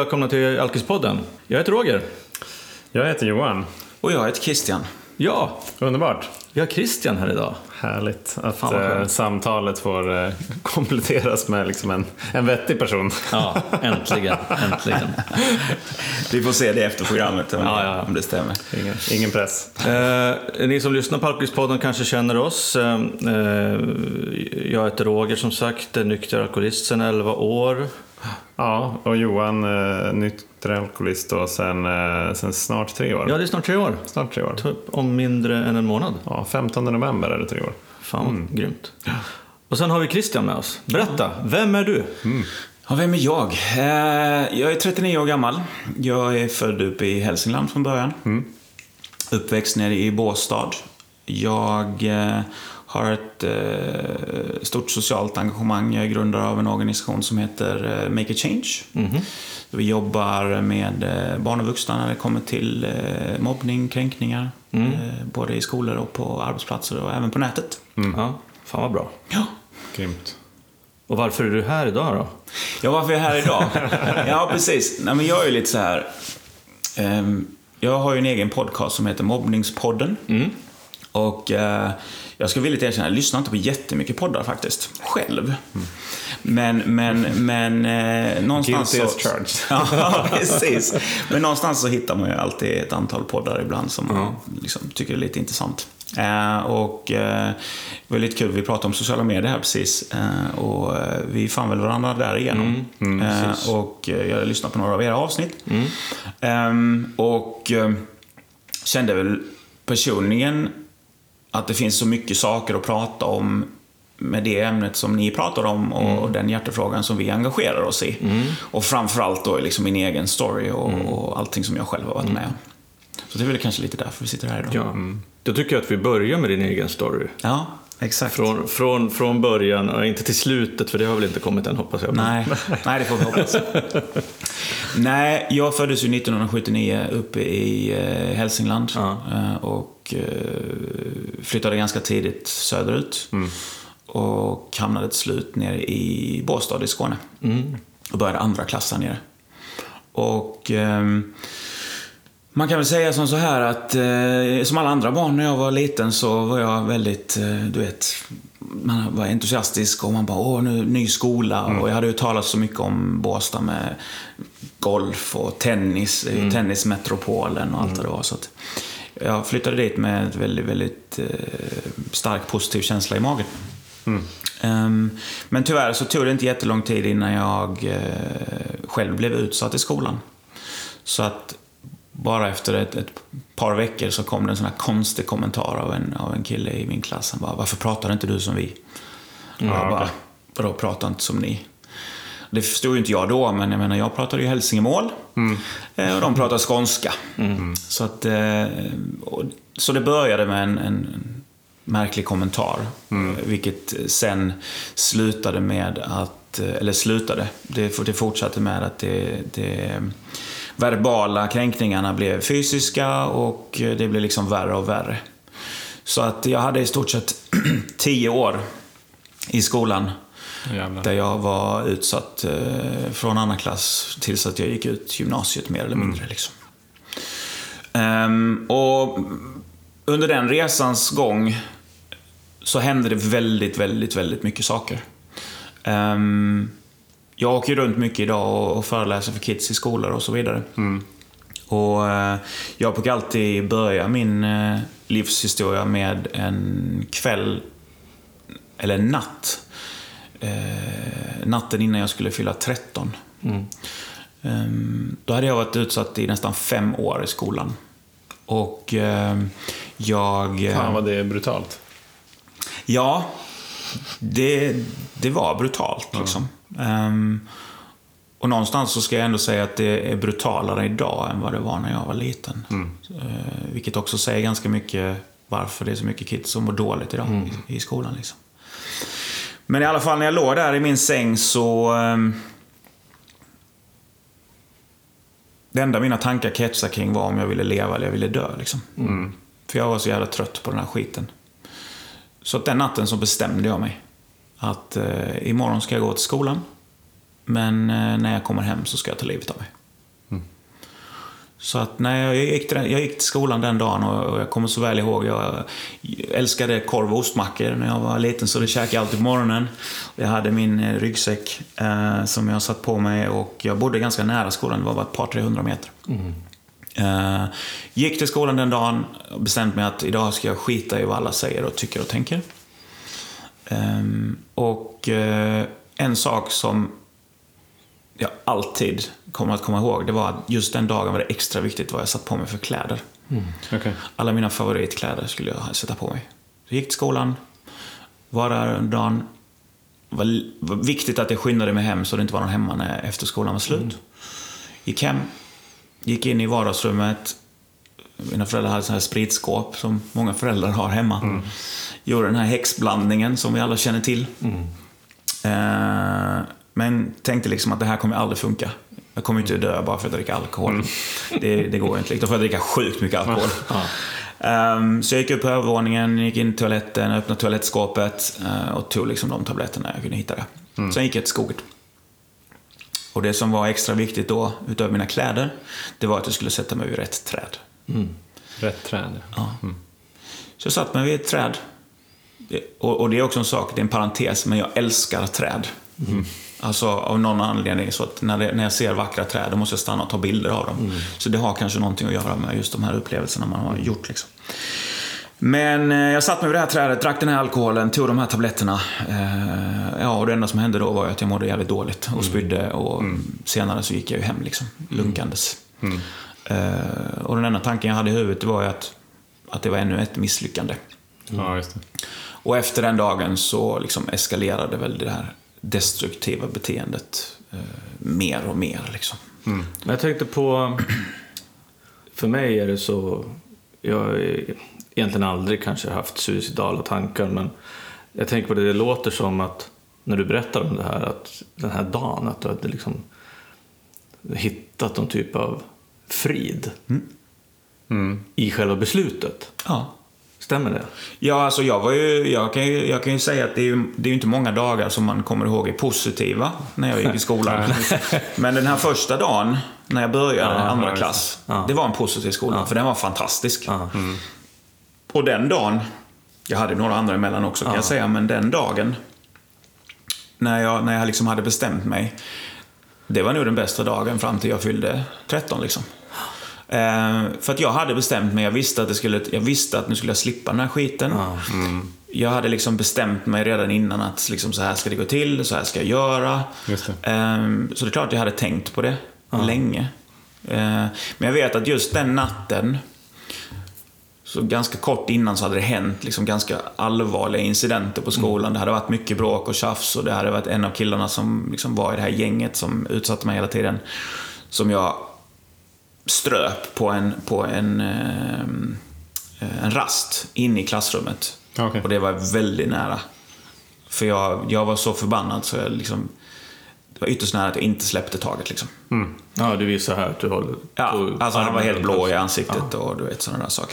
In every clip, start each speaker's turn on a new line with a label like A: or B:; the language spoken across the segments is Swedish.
A: välkomna till Alkispodden. Jag heter Roger.
B: Jag heter Johan.
C: Och jag heter Christian.
A: Ja,
B: Underbart.
A: vi har Christian här idag.
B: Härligt att samtalet får kompletteras med liksom en vettig person.
A: Ja, äntligen.
C: Vi får se det efter programmet om det stämmer.
B: Ingen press.
A: Ni som lyssnar på Alkispodden kanske känner oss. Jag heter Roger, som sagt, är nykter alkoholist sedan 11 år.
B: Ja, och Johan nykter alkoholist då sen snart 3 år.
A: Ja, det är snart 3 år.
B: Snart 3 år.
A: Typ om mindre än en månad.
B: Ja, 15 november är det 3 år.
A: Fan, grymt. Och sen har vi Christian med oss. Berätta, vem är du?
C: Ja, vem är jag? Jag är 39 år gammal. Jag är född uppe i Hälsingland från början. Uppväxt nere i Båstad. Jag har ett stort socialt engagemang. Jag är grundare av en organisation som heter Make a Change. Vi jobbar med barn och vuxna när det kommer till mobbning, kränkningar. Både i skolor och på arbetsplatser och även på nätet.
A: Ja, fan vad bra.
C: Ja.
B: Grymt.
A: Och varför är du här idag då?
C: Ja, varför är jag här idag? Ja, precis. Nej, men jag är ju lite så här... jag har ju en egen podcast som heter Mobbningspodden. Och jag ska villigt erkänna, jag lyssnar inte på jättemycket poddar faktiskt. Själv. Men någonstans
B: så...
C: Ja, precis. Men någonstans så hittar man ju alltid ett antal poddar ibland som man liksom tycker är lite intressant. Och det var lite kul, vi pratade om sociala medier här precis. Och vi fann väl varandra där igenom. Och jag lyssnade på några av era avsnitt. Och kände väl personligen att det finns så mycket saker att prata om med det ämnet som ni pratar om och den hjärtefrågan som vi engagerar oss i. Och framförallt då liksom min egen story och allting som jag själv har varit med om. Så det är väl kanske lite därför vi sitter här idag.
A: Ja. Då tycker jag att vi börjar med din egen story.
C: Ja, exakt.
A: Från början och inte till slutet, för det har väl inte kommit än, hoppas jag.
C: Nej, det får vi hoppas. Nej, jag föddes ju 1979 uppe i Hälsingland och flyttade ganska tidigt söderut och hamnade till slut ner i Båstad i Skåne och började andra klass här nere. Och man kan väl säga som så här att som alla andra barn när jag var liten så var jag väldigt, man var entusiastisk och man bara, nu ny skola. Och jag hade ju talat så mycket om Båstad med golf och tennis, tennismetropolen och allt det var. Så att jag flyttade dit med ett väldigt, väldigt stark positiv känsla i magen. Men tyvärr så tog det inte jättelång tid innan jag själv blev utsatt i skolan. Så att bara efter ett par veckor så kom det en sån här konstig kommentar av en kille i min klass. Han bara, varför pratar inte du som vi? Och jag bara, vadå pratar inte som ni? Det förstod ju inte jag då, men jag menar, jag pratade ju hälsingemål och de pratade skånska. Så att så det började med en märklig kommentar, vilket sen slutade med att, eller slutade, det fortsatte med att det verbala kränkningarna blev fysiska och det blev liksom värre och värre. Så att jag hade i stort sett 10 år i skolan.
B: Jävlar.
C: Där jag var utsatt från andra klass tills att jag gick ut gymnasiet mer eller mindre. Liksom. Och under den resans gång så hände det väldigt, väldigt, väldigt mycket saker. Jag åker runt mycket idag och föreläser för kids i skolor och så vidare. Och jag brukar alltid börja min livshistoria med en kväll eller en natt. Natten innan jag skulle fylla 13. Då hade jag varit utsatt i nästan 5 år i skolan. Och jag...
B: Fan vad det är brutalt.
C: Ja, det var brutalt liksom. Och någonstans så ska jag ändå säga att det är brutalare idag än vad det var när jag var liten. Vilket också säger ganska mycket varför det är så mycket kids som mår dåligt idag i skolan liksom. Men i alla fall när jag låg där i min säng så det enda mina tankar kretsade kring var om jag ville leva eller jag ville dö liksom. För jag var så jävla trött på den här skiten. Så att den natten så bestämde jag mig att imorgon ska jag gå till skolan, men när jag kommer hem så ska jag ta livet av mig. Så att när jag gick till skolan den dagen och jag kommer så väl ihåg, jag älskade korv och ostmackor när jag var liten, så det käkade jag alltid på morgonen. Jag hade min ryggsäck som jag satt på mig, och jag bodde ganska nära skolan, det var bara ett par 300 meter. Gick till skolan den dagen och bestämde mig att idag ska jag skita i vad alla säger och tycker och tänker. En sak som jag alltid kommer att komma ihåg, det var att just den dagen var det extra viktigt vad jag satt på mig för kläder.
B: Okay.
C: Alla mina favoritkläder skulle jag sätta på mig. Så jag gick till skolan, var där en dag. Det var viktigt att jag skyndade mig hem så det inte var någon hemma när efter skolan var slut. Gick hem, gick in i vardagsrummet. Mina föräldrar hade sån här spritskåp som många föräldrar har hemma. Gjorde den här häxblandningen som vi alla känner till. Men tänkte liksom att det här kommer aldrig funka. Jag kommer inte att dö bara för att dricka alkohol. Det går inte. Då får jag dricka sjukt mycket alkohol. Så jag gick upp på övervåningen, gick in i toaletten, öppnade toalettskåpet och tog liksom de tabletterna jag kunde hitta där. Sen gick jag till skoget. Och det som var extra viktigt då, utöver mina kläder, det var att jag skulle sätta mig vid rätt träd.
B: Rätt träd?
C: Ja. Så jag satt mig vid ett träd. Och det är också en sak, det är en parentes, men jag älskar träd. Alltså av någon anledning, så att när jag ser vackra träd då måste jag stanna och ta bilder av dem. Så det har kanske någonting att göra med just de här upplevelserna man har gjort liksom. Men jag satt mig vid det här trädet, drack den här alkoholen, tog de här tabletterna. Och det enda som hände då var att jag mådde jävligt dåligt och spydde, och senare så gick jag ju hem liksom, lunkandes. Och den enda tanken jag hade i huvudet var ju att det var ännu ett misslyckande.
B: Ja, just det.
C: Och efter den dagen så liksom eskalerade väl det här destruktiva beteendet mer och mer liksom.
A: Men jag tänkte på, för mig är det så, jag har egentligen aldrig kanske haft suicidala tankar, men jag tänker på det låter som att när du berättar om det här, att den här dagen att du hade liksom hittat någon typ av frid i själva beslutet.
C: Ja. Stämmer
A: det?
C: Ja, alltså jag kan ju säga att det är ju inte många dagar som man kommer ihåg är positiva när jag gick i skolan. Men den här första dagen när jag började andra klass, det var en positiv skola, för den var fantastisk. Och den dagen, jag hade några andra emellan också kan jag säga, men den dagen när jag liksom hade bestämt mig, det var nog den bästa dagen fram till jag fyllde 13 liksom. För att jag hade bestämt mig, jag visste att nu skulle jag slippa den här skiten. Jag hade liksom bestämt mig redan innan att liksom, så här ska det gå till, så här ska jag göra. Just det. Så det är klart jag hade tänkt på det länge. Men jag vet att just den natten, så ganska kort innan, så hade det hänt liksom ganska allvarliga incidenter på skolan. Det hade varit mycket bråk och tjafs, och det hade varit en av killarna som liksom var i det här gänget som utsatte mig hela tiden, som jag ströp på en rast in i klassrummet. Okay. Och det var väldigt nära. För jag var så förbannad så jag liksom, det var ytterst nära att jag inte släppte taget liksom.
A: Ja, du visar här att du håller.
C: Ja, alltså han var helt blå i ansiktet och du vet sådana där saker.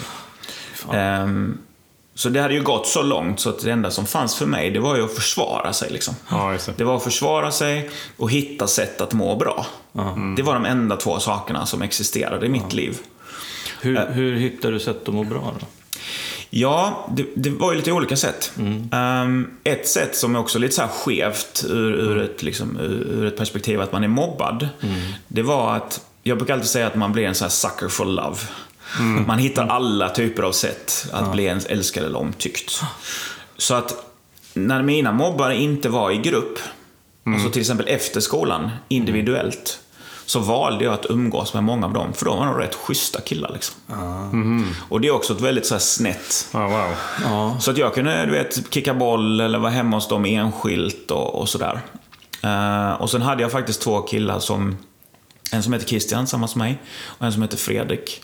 C: Så det hade ju gått så långt så att det enda som fanns för mig, det var ju att försvara sig liksom. Det var att försvara sig och hitta sätt att må bra. Det var de enda två sakerna som existerade i mitt liv.
A: Hur hittade du sätt att må bra då?
C: Ja, det var ju lite olika sätt. Ett sätt som är också lite så här skevt ur ett perspektiv att man är mobbad. Det var att, jag brukar alltid säga att man blir en så här sucker for love. Man hittar alla typer av sätt att bli ens älskad eller omtyckt. Så att när mina mobbare inte var i grupp, alltså till exempel efter skolan, individuellt, så valde jag att umgås med många av dem, för de var nog rätt schyssta killar liksom. Och det är också ett väldigt så här snett. Så att jag kunde, du vet, kicka boll eller vara hemma hos dem enskilt och sådär. Och sen hade jag faktiskt två killar en som heter Christian, samma som mig, och en som heter Fredrik.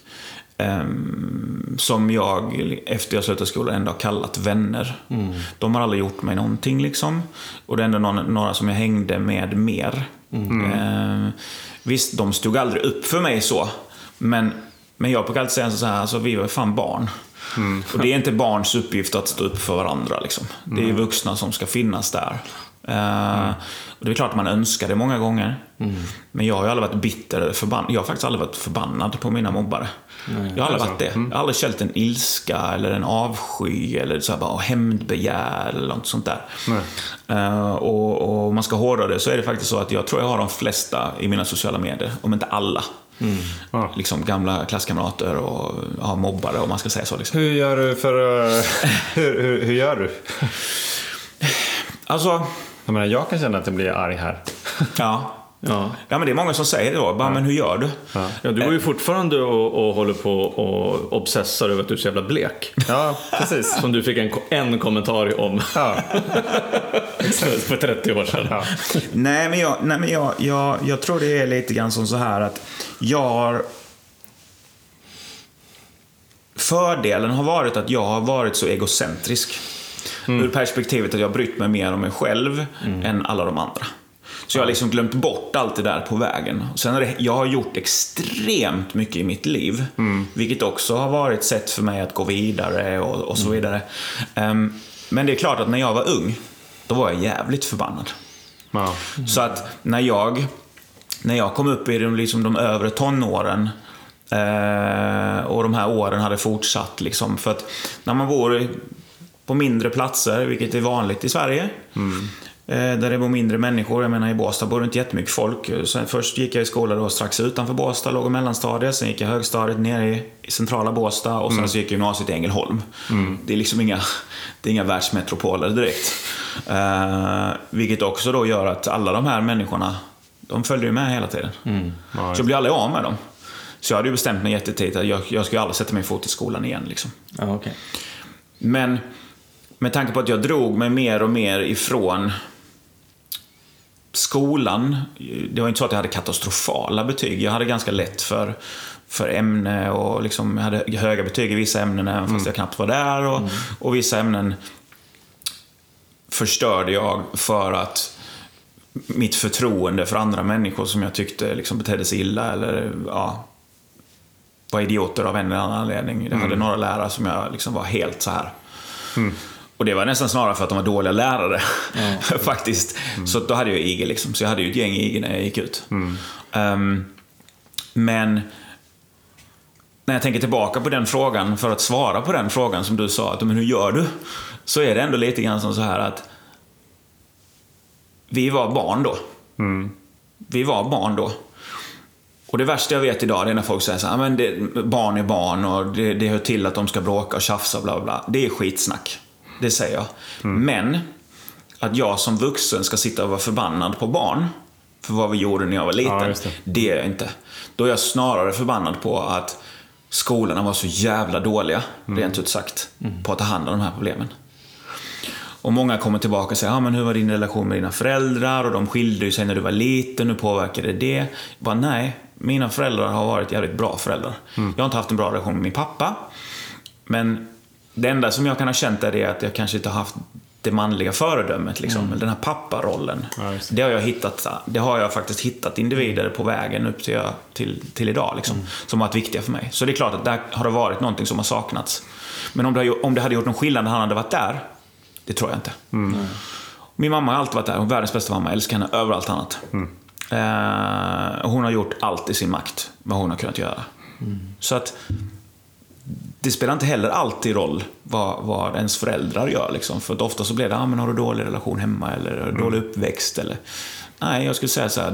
C: Som jag efter jag slutade skolan ändå har kallat vänner. De har aldrig gjort mig någonting liksom. Och det är ändå några som jag hängde med mer. Visst, de stod aldrig upp för mig så. Men jag brukar alltid säga så här, alltså, vi var fan barn. Och det är inte barns uppgift att stå upp för varandra liksom. Det är vuxna som ska finnas där Och det är klart att man önskar det många gånger. Men jag har ju aldrig varit bitter eller förbannad. Jag har faktiskt aldrig varit förbannad på mina mobbare. Jag har aldrig varit det. Jag har aldrig känt en ilska eller en avsky eller så här bara hämndbegär eller något sånt där. Och om man ska hårdra det så är det faktiskt så att jag tror jag har de flesta i mina sociala medier, om inte alla. Liksom gamla klasskamrater och mobbare, om man ska säga så liksom.
B: Hur gör du hur gör du?
C: Alltså,
B: jag kan känna att jag blir arg här.
C: Ja, men det är många som säger det då. Men hur gör du?
A: Ja, du går ju fortfarande och håller på och obsessar över att du är så jävla blek.
B: Ja, precis.
A: Som du fick en kommentar om för 30 år sedan. Ja.
C: Nej, men jag tror det är lite grann som så här att fördelen har varit att jag har varit så egocentrisk. Ur perspektivet att jag har brytt mig mer om mig själv än alla de andra. Så jag har liksom glömt bort allt det där på vägen. Sen jag har gjort extremt mycket i mitt liv. Vilket också har varit ett sätt för mig att gå vidare och så vidare. Men det är klart att när jag var ung, då var jag jävligt förbannad. Så att när jag kom upp i liksom de övre tonåren och de här åren hade fortsatt liksom, för att när man bor på mindre platser, vilket är vanligt i Sverige, där det bor mindre människor. Jag menar, i Båstad bor det inte jättemycket folk. Så först gick jag i skola då strax utanför Båstad, låg- och mellanstadiet. Sen gick jag högstadiet nere i centrala Båstad. Och sen så gick jag gymnasiet i Ängelholm. Det är liksom inga världsmetropoler direkt. Vilket också då gör att alla de här människorna, de följer ju med hela tiden. Så jag blir aldrig av med dem. Så jag hade ju bestämt mig jättetid att jag skulle aldrig sätta mig fot i skolan igen liksom.
A: Okay.
C: Men med tanke på att jag drog mig mer och mer ifrån skolan. Det var inte så att jag hade katastrofala betyg. Jag hade ganska lätt för ämne och liksom, jag hade höga betyg i vissa ämnen även fast jag knappt var där. Och vissa ämnen förstörde jag för att mitt förtroende för andra människor som jag tyckte liksom betedde sig illa eller var idioter av en eller annan anledning. Jag hade några lärare som jag liksom var helt så här. Och det var nästan snarare för att de var dåliga lärare faktiskt. Så då hade jag IG liksom. Så jag hade ju ett gäng IG när jag gick ut. Men när jag tänker tillbaka på den frågan, för att svara på den frågan som du sa, att men hur gör du? Så är det ändå lite grann som så här att vi var barn då. Vi var barn då. Och det värsta jag vet idag, det är när folk säger så här, men barn är barn och det hör till att de ska bråka och tjafsa bla bla. Det är skitsnack. Det säger jag. Men att jag som vuxen ska sitta och vara förbannad på barn för vad vi gjorde när jag var liten, det är jag inte. Då är jag snarare förbannad på att skolorna var så jävla dåliga, rent ut sagt, på att ta hand om de här problemen. Och många kommer tillbaka och säger, men hur var din relation med dina föräldrar? Och de skilde sig när du var liten, hur påverkade det? Bara, nej, mina föräldrar har varit jävligt bra föräldrar. Jag har inte haft en bra relation med min pappa. Men det enda som jag kan ha känt är det att jag kanske inte har haft det manliga föredömet liksom, eller den här papparollen. Det har jag faktiskt hittat individer på vägen upp till idag liksom, som har varit viktiga för mig. Så det är klart att där har det varit någonting som har saknats. Men om det hade gjort någon skillnad när han hade varit där, det tror jag inte. Min mamma har alltid varit där. Hon är världens bästa mamma. Jag älskar henne över allt annat. Hon har gjort allt i sin makt vad hon har kunnat göra. Så att det spelar inte heller alltid roll vad ens föräldrar gör liksom. För att ofta så blir det, men har du dålig relation hemma eller dålig uppväxt eller... Nej, jag skulle säga så här,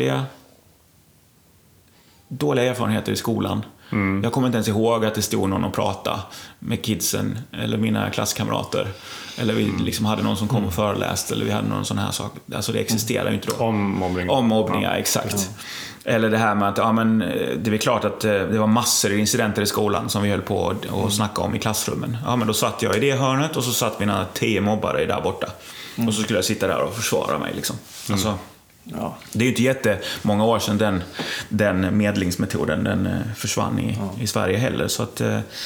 C: dåliga erfarenheter i skolan. Jag kommer inte ens ihåg att det stod någon och pratade med kidsen eller mina klasskamrater, eller vi liksom hade någon som kom och föreläste, eller vi hade någon sån här sak. Alltså det existerar ju inte då. Om mobbning, ja, exakt. Eller det här med att det är väl klart att det var massor av incidenter i skolan som vi höll på att snacka om i klassrummen. Men då satt jag i det hörnet och så satt mina 10 mobbare där borta. Och så skulle jag sitta där och försvara mig liksom. Alltså, det är ju inte jättemånga år sedan den medlingsmetoden den försvann i Sverige heller. Så att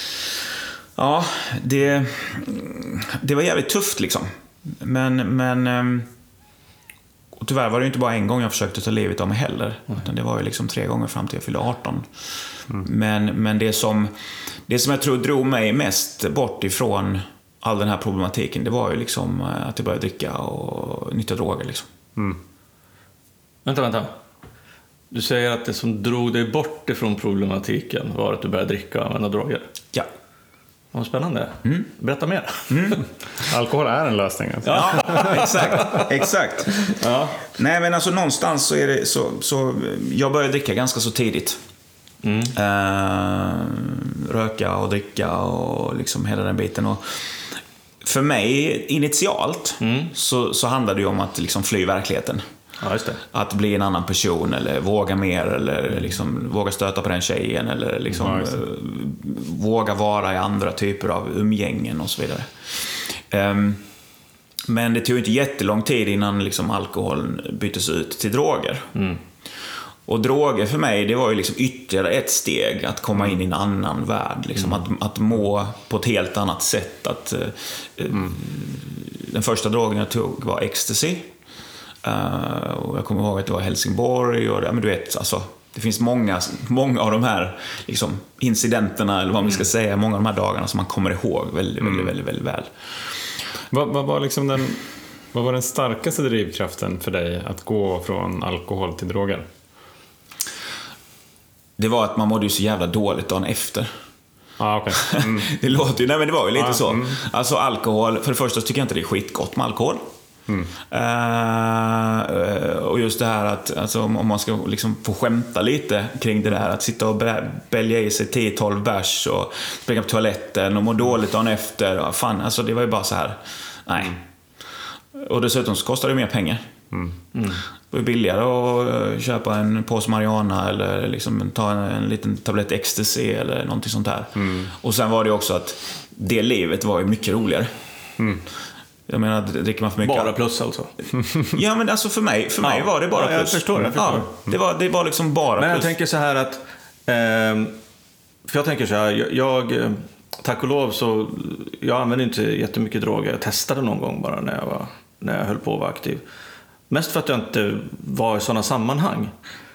C: det var jävligt tufft liksom. Men och tyvärr var det ju inte bara en gång jag försökte ta livet av mig heller. Utan det var ju liksom 3 gånger fram till jag fyllde 18. Men det som jag tror drog mig mest bort ifrån all den här problematiken, det var ju liksom att jag började dricka och nyttja droger liksom.
A: Vänta. Du säger att det som drog dig bort ifrån problematiken var att du började dricka och använda droger.
C: Ja.
A: Vad spännande. Berätta mer.
B: Alkohol är en lösning. Alltså.
C: Ja, exakt.
A: Ja.
C: Nej, men alltså någonstans så är det så jag började dricka ganska så tidigt. Röka och dricka och liksom hela den biten. Och för mig initialt så handlade det ju om att liksom fly verkligheten.
A: Ja, just det.
C: Att bli en annan person eller våga mer eller liksom våga stöta på den tjejen eller liksom våga vara i andra typer av umgängen och så vidare. Men det tog inte jättelång tid innan liksom alkoholen byttes ut till droger. Och droger för mig, det var ju liksom ytterligare ett steg att komma in i en annan värld. Liksom, att må på ett helt annat sätt. Den första drogen jag tog var ecstasy. Och jag kommer ihåg att det var Helsingborg. Och men du vet, alltså, det finns många av de här liksom, incidenterna, eller vad man ska säga, många av de här dagarna som man kommer ihåg väldigt väl.
B: Vad var den starkaste drivkraften för dig att gå från alkohol till droger?
C: Det var att man mådde ju så jävla dåligt dagen efter.
B: Okay.
C: Det låter ju, nej men det var ju lite så. Alltså alkohol, för det första tycker jag inte det är skitgott med alkohol. Och just det här att alltså, om man ska liksom få skämta lite kring det där, att sitta och bälja i sig 10-12 bärs och springa på toaletten och må dåligt dagen efter, fan, alltså det var ju bara så här. Nej. Och dessutom så kostar det mer pengar. Det var billigare att köpa en påse marijuana eller liksom ta en liten tablett ecstasy eller någonting sånt där. Och sen var det också att det livet var ju mycket roligare. Jag menar, dricker man för mycket.
A: Bara plus alltså.
C: Ja, men alltså för mig var det bara plus.
A: Jag förstår.
C: Ja, det var liksom bara
A: men
C: plus.
A: jag tänker så här att för jag tänker så här, jag tack och lov så jag använde inte jättemycket droger. Jag testade någon gång bara när jag höll på att vara aktiv. Mest för att jag inte var i sådana sammanhang.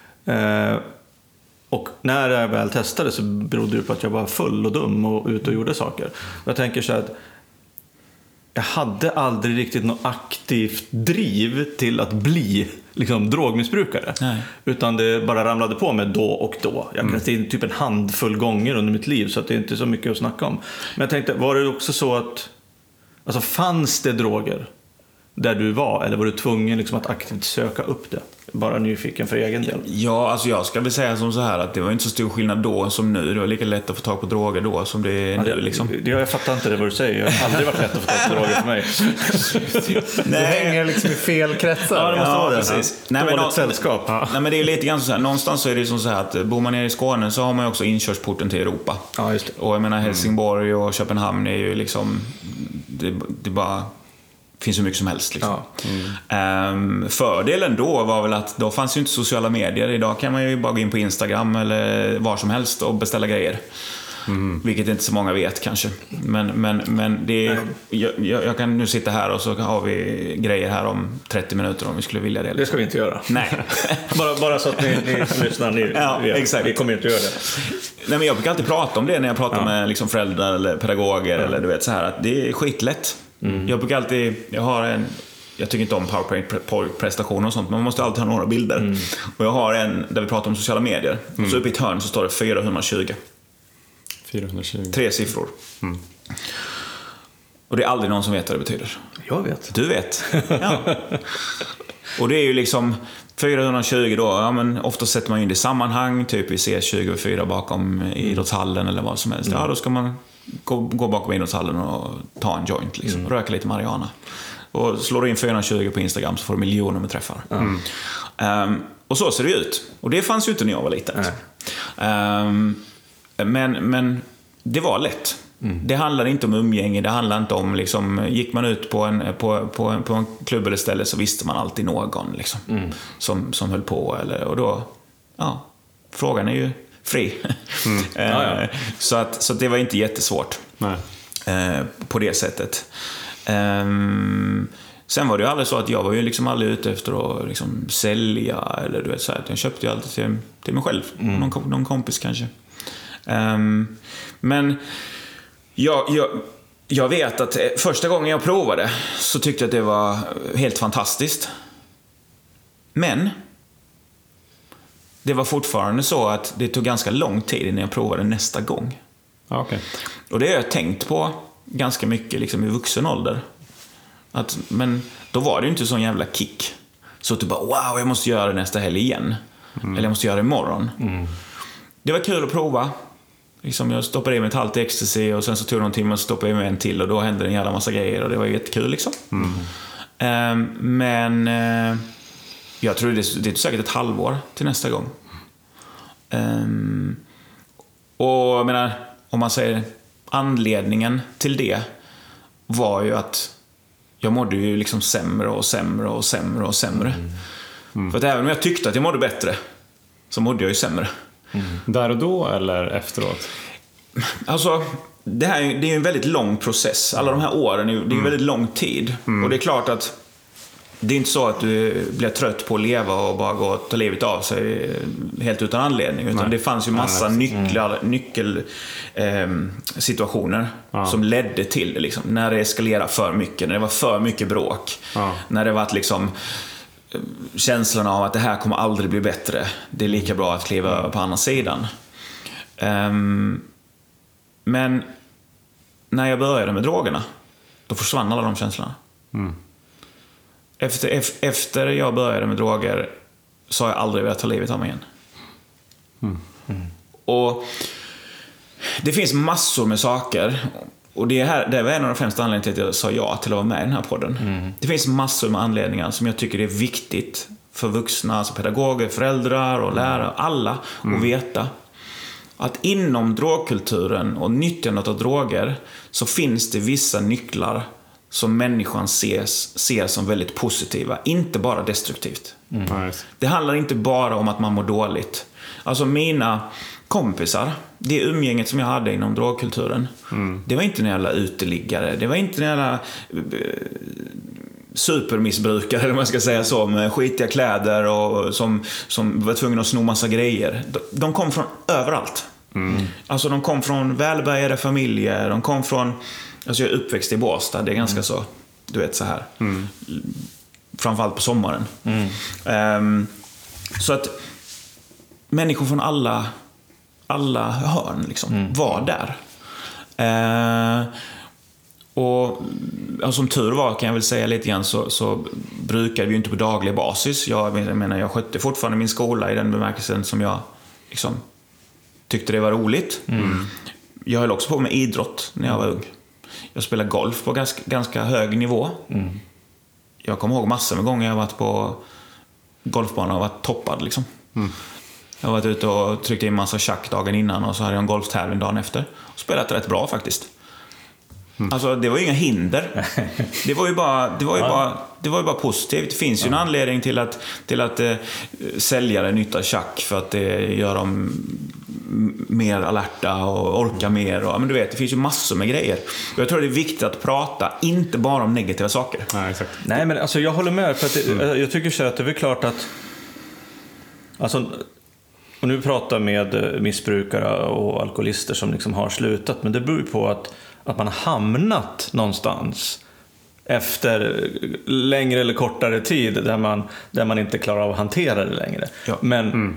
A: Och när jag väl testade så berodde det på att jag var full och dum och ute och gjorde saker. Jag tänker så här att jag hade aldrig riktigt något aktivt driv till att bli liksom drogmissbrukare. Nej. Utan det bara ramlade på mig då och då. Jag kan säga typ en handfull gånger under mitt liv, så att det är inte så mycket att snacka om. Men jag tänkte, var det också så att alltså, fanns det droger där du var, eller var du tvungen liksom att aktivt söka upp det? Bara nyfiken för egen del.
C: Ja, alltså jag ska väl säga som så här att det var inte så stor skillnad då som nu. Det var lika lätt att få tag på droger då som det är nu liksom.
A: Jag fattar inte det vad du säger. Jag har aldrig varit lätt att få tag på droger för mig.
B: Du hänger liksom i fel kretsar.
A: Ja, det måste vara det.
C: Precis.
A: Nej, men sällskap.
C: Ja. Nej, men det är lite grann så här. Någonstans så är det som så här att bor man nere i Skåne så har man ju också inkörsporten till Europa.
A: Ja, just det.
C: Och jag menar Helsingborg och Köpenhamn är ju liksom det bara finns hur mycket som helst liksom. Fördelen då var väl att då fanns ju inte sociala medier. Idag kan man ju bara gå in på Instagram eller var som helst och beställa grejer. Vilket inte så många vet kanske. Men det är, jag kan nu sitta här och så har vi grejer här om 30 minuter om vi skulle vilja det.
A: Det ska vi inte göra.
C: Nej.
A: bara så att ni som lyssnar,
C: exakt.
A: Vi kommer inte göra det.
C: Nej, men jag brukar alltid prata om det när jag pratar med liksom föräldrar eller pedagoger eller du vet så här att det är skitlätt. Jag brukar alltid, jag tycker inte om PowerPoint-prestationer och sånt, men man måste alltid ha några bilder. Och jag har en där vi pratar om sociala medier. Och så uppe i ett hörn så står det 420. 3 siffror. Och det är aldrig någon som vet vad det betyder.
A: Jag vet.
C: Du vet. Ja. Och det är ju liksom 420 då, ja, men ofta sätter man in det i sammanhang, typ i C24 bakom idrottshallen eller vad som helst. Ja, då ska man gå bakom idrottshallen och ta en joint liksom, röka lite marijuana. Och slår du in 420 på Instagram så får du miljoner med träffar. Och så ser det ut. Och det fanns ju inte när jag var liten. Men det var lätt. Det handlar inte om umgänge, det handlar inte om liksom, gick man ut på en klubb eller ställe så visste man alltid någon liksom, som höll på eller, och då frågan är ju fri. Så att det var inte jättesvårt. På det sättet. Sen var det ju aldrig så att jag var ju liksom aldrig ute efter att liksom sälja eller du vet så här. Jag köpte ju alltid till mig själv, någon kompis kanske. Men jag vet att första gången jag provade så tyckte jag att det var helt fantastiskt. Men det var fortfarande så att det tog ganska lång tid innan jag provade nästa gång.
B: Okay.
C: Och det har jag tänkt på ganska mycket liksom i vuxen ålder. Men då var det ju inte sån jävla kick. Så att du bara, wow, jag måste göra det nästa helg igen. Eller jag måste göra det imorgon. Det var kul att prova. Liksom jag stoppade i mig ett halvt ecstasy och sen så tog det någon timme och stoppade i mig en till och då hände en jävla massa grejer och det var jättekul liksom. Men jag tror det är säkert ett halvår till nästa gång. Och jag menar, om man säger anledningen till det var ju att jag mådde ju liksom sämre och sämre och sämre och sämre. För att även om jag tyckte att jag mådde bättre så mådde jag ju sämre.
B: Där och då eller efteråt?
C: Alltså, det är ju en väldigt lång process. Alla de här åren, det är ju väldigt lång tid. Och det är klart att det är inte så att du blir trött på att leva och bara gå och ta livet av sig helt utan anledning. Utan det fanns ju massa nyckelsituationer som ledde till det. Liksom. När det eskalerade för mycket, när det var för mycket bråk. När det var liksom känslan av att det här kommer aldrig bli bättre. Det är lika bra att kliva över på andra sidan. Men när jag började med drogerna, då försvann alla de känslorna. Efter jag började med droger så har jag aldrig velat ta livet av mig igen. Och det finns massor med saker. Och det var en av de främsta anledningarna till att jag sa ja till att vara med i den här podden. Det finns massor med anledningar som jag tycker är viktigt för vuxna, alltså pedagoger, föräldrar och lärare, alla att veta. Att inom drogkulturen och nyttjandet av droger så finns det vissa nycklar som människan ser som väldigt positiva, inte bara destruktivt. Det handlar inte bara om att man mår dåligt. Alltså mina kompisar, det umgänget som jag hade inom drogkulturen, det var inte några jävla uteliggare, det var inte några jävla supermissbrukare, eller man ska säga så, med skitiga kläder och som var tvungna att sno massa grejer. De kom från överallt. Alltså de kom från välbärgade familjer, de kom från, alltså jag är uppväxt i Båstad, det är ganska så, du vet så här. Framförallt på sommaren. Så att människor från alla hörn liksom var där. Och som tur var, kan jag väl säga lite grann, så brukade vi ju inte på daglig basis. Jag menar, jag skötte fortfarande min skola i den bemärkelsen som jag liksom tyckte det var roligt. Jag höll också på med idrott när jag var ung. Jag spelade golf på ganska hög nivå. Jag kommer ihåg massor med gånger jag har varit på golfbanan och varit toppad liksom. Jag har varit ute och tryckt in massa schack dagen innan och så hade jag en golftävling dagen efter. Och spelat rätt bra faktiskt. Alltså det var ju inga hinder. Det var ju bara positivt. Det finns ju en anledning till att säljare nyttar schack, för att det gör dem mer alerta och orkar mer och, men du vet, det finns ju massor med grejer. Och jag tror det är viktigt att prata inte bara om negativa saker.
B: Exakt.
A: Nej, men alltså jag håller med, för att jag tycker så att det är väl klart att alltså, och nu pratar med missbrukare och alkoholister som liksom har slutat, men det beror ju på att man har hamnat någonstans efter längre eller kortare tid där man inte klarar av att hantera det längre. Men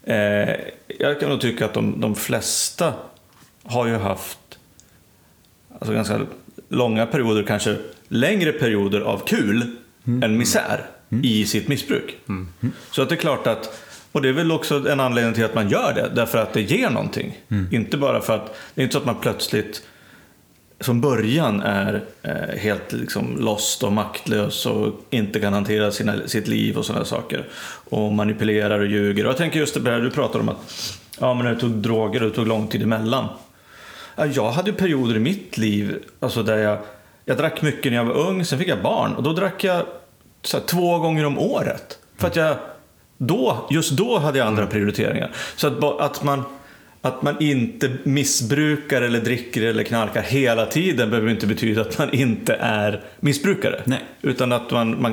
A: jag kan nog tycka att de flesta har ju haft alltså ganska långa perioder, kanske längre perioder av kul än misär i sitt missbruk. Så att det är klart att, och det är väl också en anledning till att man gör det, därför att det ger någonting. Inte bara för att, det är inte så att man plötsligt från början är helt liksom lost och maktlös och inte kan hantera sitt liv och sådana saker och manipulerar och ljuger. Och jag tänker just det där du pratar om att men när du tog droger och det tog lång tid emellan. Jag hade ju perioder i mitt liv alltså där jag drack mycket när jag var ung, sen fick jag barn och då drack jag så här, 2 gånger om året för att jag just då hade jag andra prioriteringar. Så att man inte missbrukar eller dricker eller knarkar hela tiden behöver inte betyda att man inte är missbrukare.
C: Nej.
A: Utan att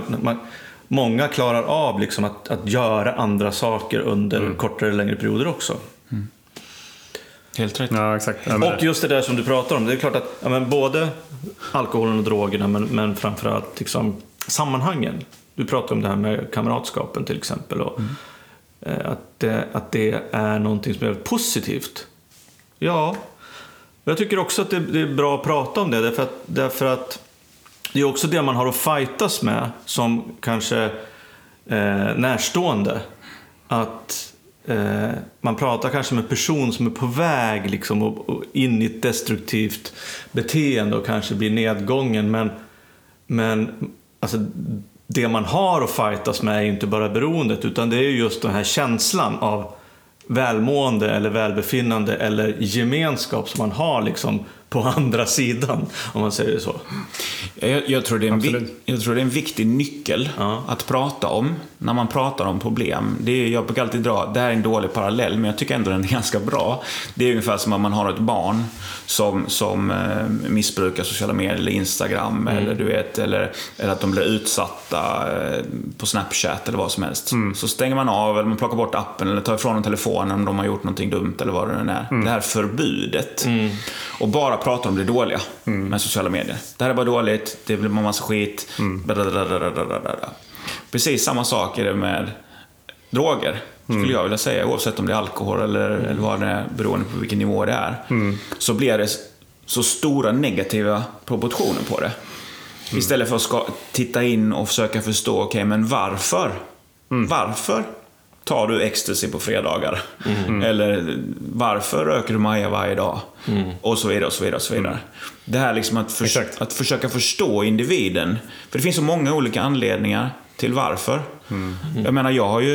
A: många klarar av liksom att göra andra saker under kortare eller längre perioder också.
C: Helt rätt.
B: Ja, exakt.
A: Och just det där som du pratar om, det är klart att både alkoholen och drogerna, men framförallt liksom sammanhangen. Du pratar om det här med kamratskapen till exempel, och att det är någonting som är positivt. Ja, jag tycker också att det är bra att prata om det, därför att det är också det man har att fightas med som kanske närstående. Att man pratar kanske med en person som är på väg liksom, och in i ett destruktivt beteende och kanske blir nedgången. Men alltså, det man har att fightas med är inte bara beroendet, utan det är just den här känslan av välmående eller välbefinnande eller gemenskap som man har liksom på andra sidan, om man säger det så.
C: Jag tror det är en viktig nyckel att prata om när man pratar om problem. Jag brukar alltid dra, det här är en dålig parallell, men jag tycker ändå den är ganska bra. Det är ungefär som om man har ett barn som missbrukar sociala medier eller Instagram eller du vet, eller att de blir utsatta på Snapchat eller vad som helst. Så stänger man av eller man plockar bort appen eller tar ifrån telefonen om de har gjort någonting dumt eller vad det nu är. Det här förbudet. Och bara prata om det dåliga med sociala medier. Det här är bara dåligt, det blir en massa skit. Precis samma sak är det med droger, skulle jag vilja säga, oavsett om det är alkohol eller vad det är, beroende på vilken nivå det är. Så blir det så stora negativa proportioner på det. Istället för att titta in och försöka förstå, okej, men varför? Varför tar du ecstasy på fredagar? Eller varför röker du maja varje dag? Och så vidare och så vidare och så vidare. Det här liksom att försöka förstå individen. För det finns så många olika anledningar till varför. Jag menar, jag har ju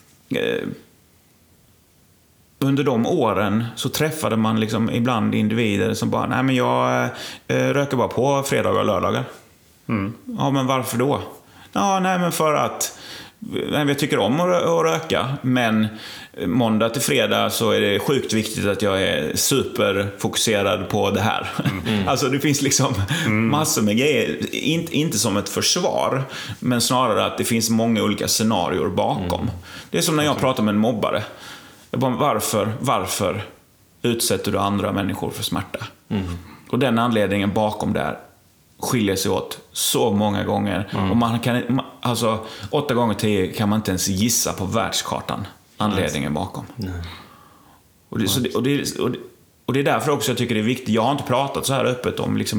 C: under de åren så träffade man liksom ibland individer som bara, nej men jag röker bara på fredagar och lördagar. Ja, men varför då? Ja, nej men för att jag tycker om att röka, men måndag till fredag så är det sjukt viktigt att jag är superfokuserad på det här. Alltså det finns liksom massor med grejer, inte som ett försvar, men snarare att det finns många olika scenarier bakom. Det är som när jag pratar med en mobbare. Jag bara, varför utsätter du andra människor för smärta? Och den anledningen bakom det här skiljer sig åt så många gånger. Och man kan, alltså 8 gånger 10 kan man inte ens gissa på världskartan anledningen bakom. Och det är därför också jag tycker det är viktigt. Jag har inte pratat så här öppet om liksom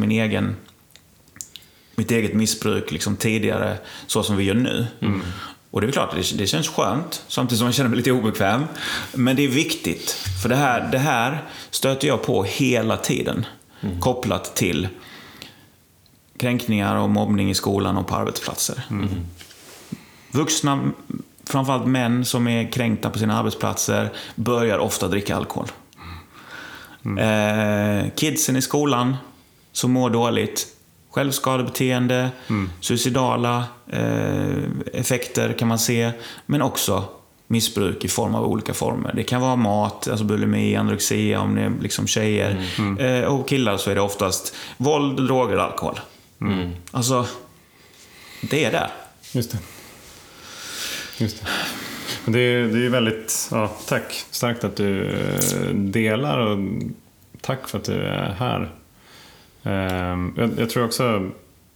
C: mitt eget missbruk liksom tidigare så som vi gör nu. Och det är klart, det känns skönt samtidigt som jag känner mig lite obekväm. Men det är viktigt, för det här stöter jag på hela tiden kopplat till kränkningar och mobbning i skolan och på arbetsplatser. Vuxna, framförallt män som är kränkta på sina arbetsplatser, börjar ofta dricka alkohol. Kidsen i skolan som mår dåligt, självskadebeteende, suicidala effekter kan man se, men också missbruk i form av olika former. Det kan vara mat, alltså bulimi, anorexia om det är liksom tjejer. Och killar så är det oftast våld, droger och alkohol. Alltså, det är där.
B: Just det. Det är ju väldigt, tack. Starkt att du delar, och tack för att du är här. Jag tror också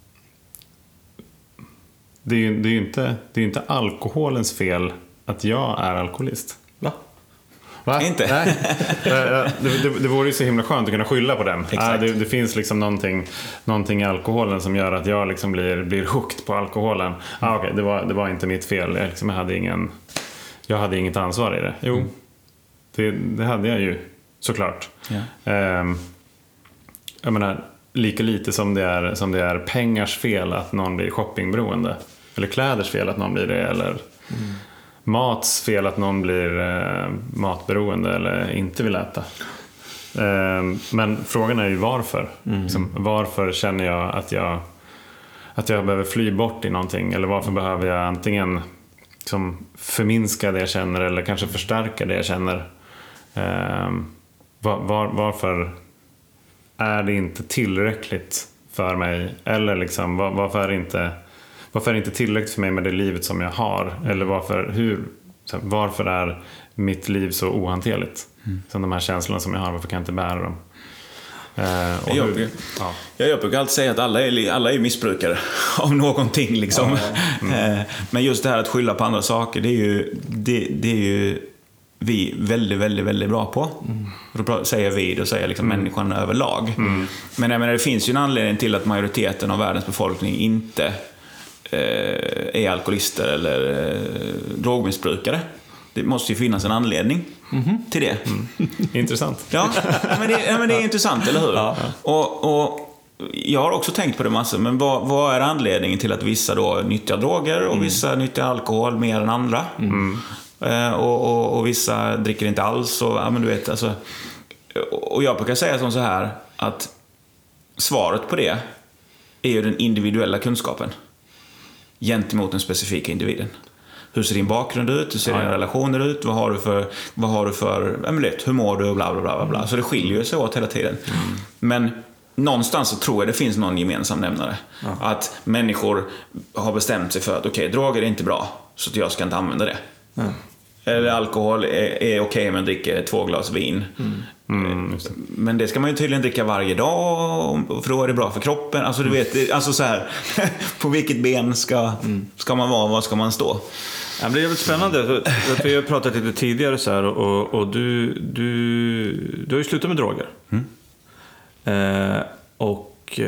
B: det är ju inte alkoholens fel att jag är alkoholist. Va?
C: Inte?
B: Nej. Det vore ju så himla skönt att kunna skylla på den. Det finns liksom någonting i alkoholen som gör att jag liksom blir hooked på alkoholen. Okej, det var inte mitt fel. Jag hade inget ansvar i det. Jo, det hade jag ju såklart. Jag menar, lika lite som det är pengars fel att någon blir shoppingberoende, eller kläders fel att någon blir det, eller mats fel att någon blir matberoende eller inte vill äta. Men frågan är ju varför. Varför känner jag att jag behöver fly bort i någonting, eller varför behöver jag antingen liksom förminska det jag känner eller kanske förstärka det jag känner. Varför är det inte tillräckligt för mig, eller liksom, varför är det inte tillräckligt för mig med det livet som jag har, eller varför är mitt liv så ohanterligt? Som de här känslorna som jag har, varför kan jag inte bära dem?
C: Jag brukar alltid säga att alla är missbrukare av någonting liksom. Men just det här att skylla på andra saker, det är ju vi väldigt, väldigt, väldigt bra på. Och då säger vi, då säger liksom människan överlag. Men jag menar, det finns ju en anledning till att majoriteten av världens befolkning inte är alkoholister eller drogmissbrukare. Det måste ju finnas en anledning till det.
B: Intressant.
C: Ja, men det är intressant, eller hur? Ja. Och jag har också tänkt på det massor, men vad är anledningen till att vissa då nyttjar droger och vissa nyttjar alkohol mer än andra? Och vissa dricker inte alls. Men du vet, alltså, och jag brukar säga som så här, att svaret på det är ju den individuella kunskapen gentemot den specifika individen. Hur ser din bakgrund ut? Hur ser dina relationer ut? Vad har du för hur mår du? Och bla bla bla bla. Så det skiljer sig åt hela tiden. Men någonstans så tror jag det finns någon gemensam nämnare. Att människor har bestämt sig för att okej, droger är inte bra, så att jag ska inte använda det. Eller alkohol är okej, men dricker 2 glas vin. Men det ska man ju tydligen dricka varje dag, för då är det bra för kroppen. Alltså du vet, alltså så här, på vilket ben ska man vara, var ska man stå?
A: Ja, det är väldigt spännande. Vi har pratat lite tidigare så här, och du har ju slutat med droger. Och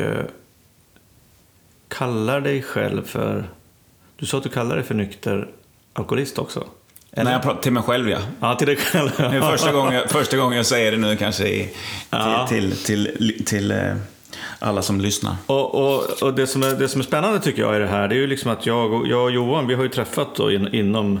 A: kallar dig själv för... Du sa att du kallar dig för nykter alkoholist också.
C: Eller? När jag pratar till mig själv, ja.
A: Ja, till dig själv.
C: Det är första gången jag säger det nu kanske till alla som lyssnar.
A: Och det som är spännande tycker jag i det här, det är ju liksom att jag och Johan, vi har ju träffat då inom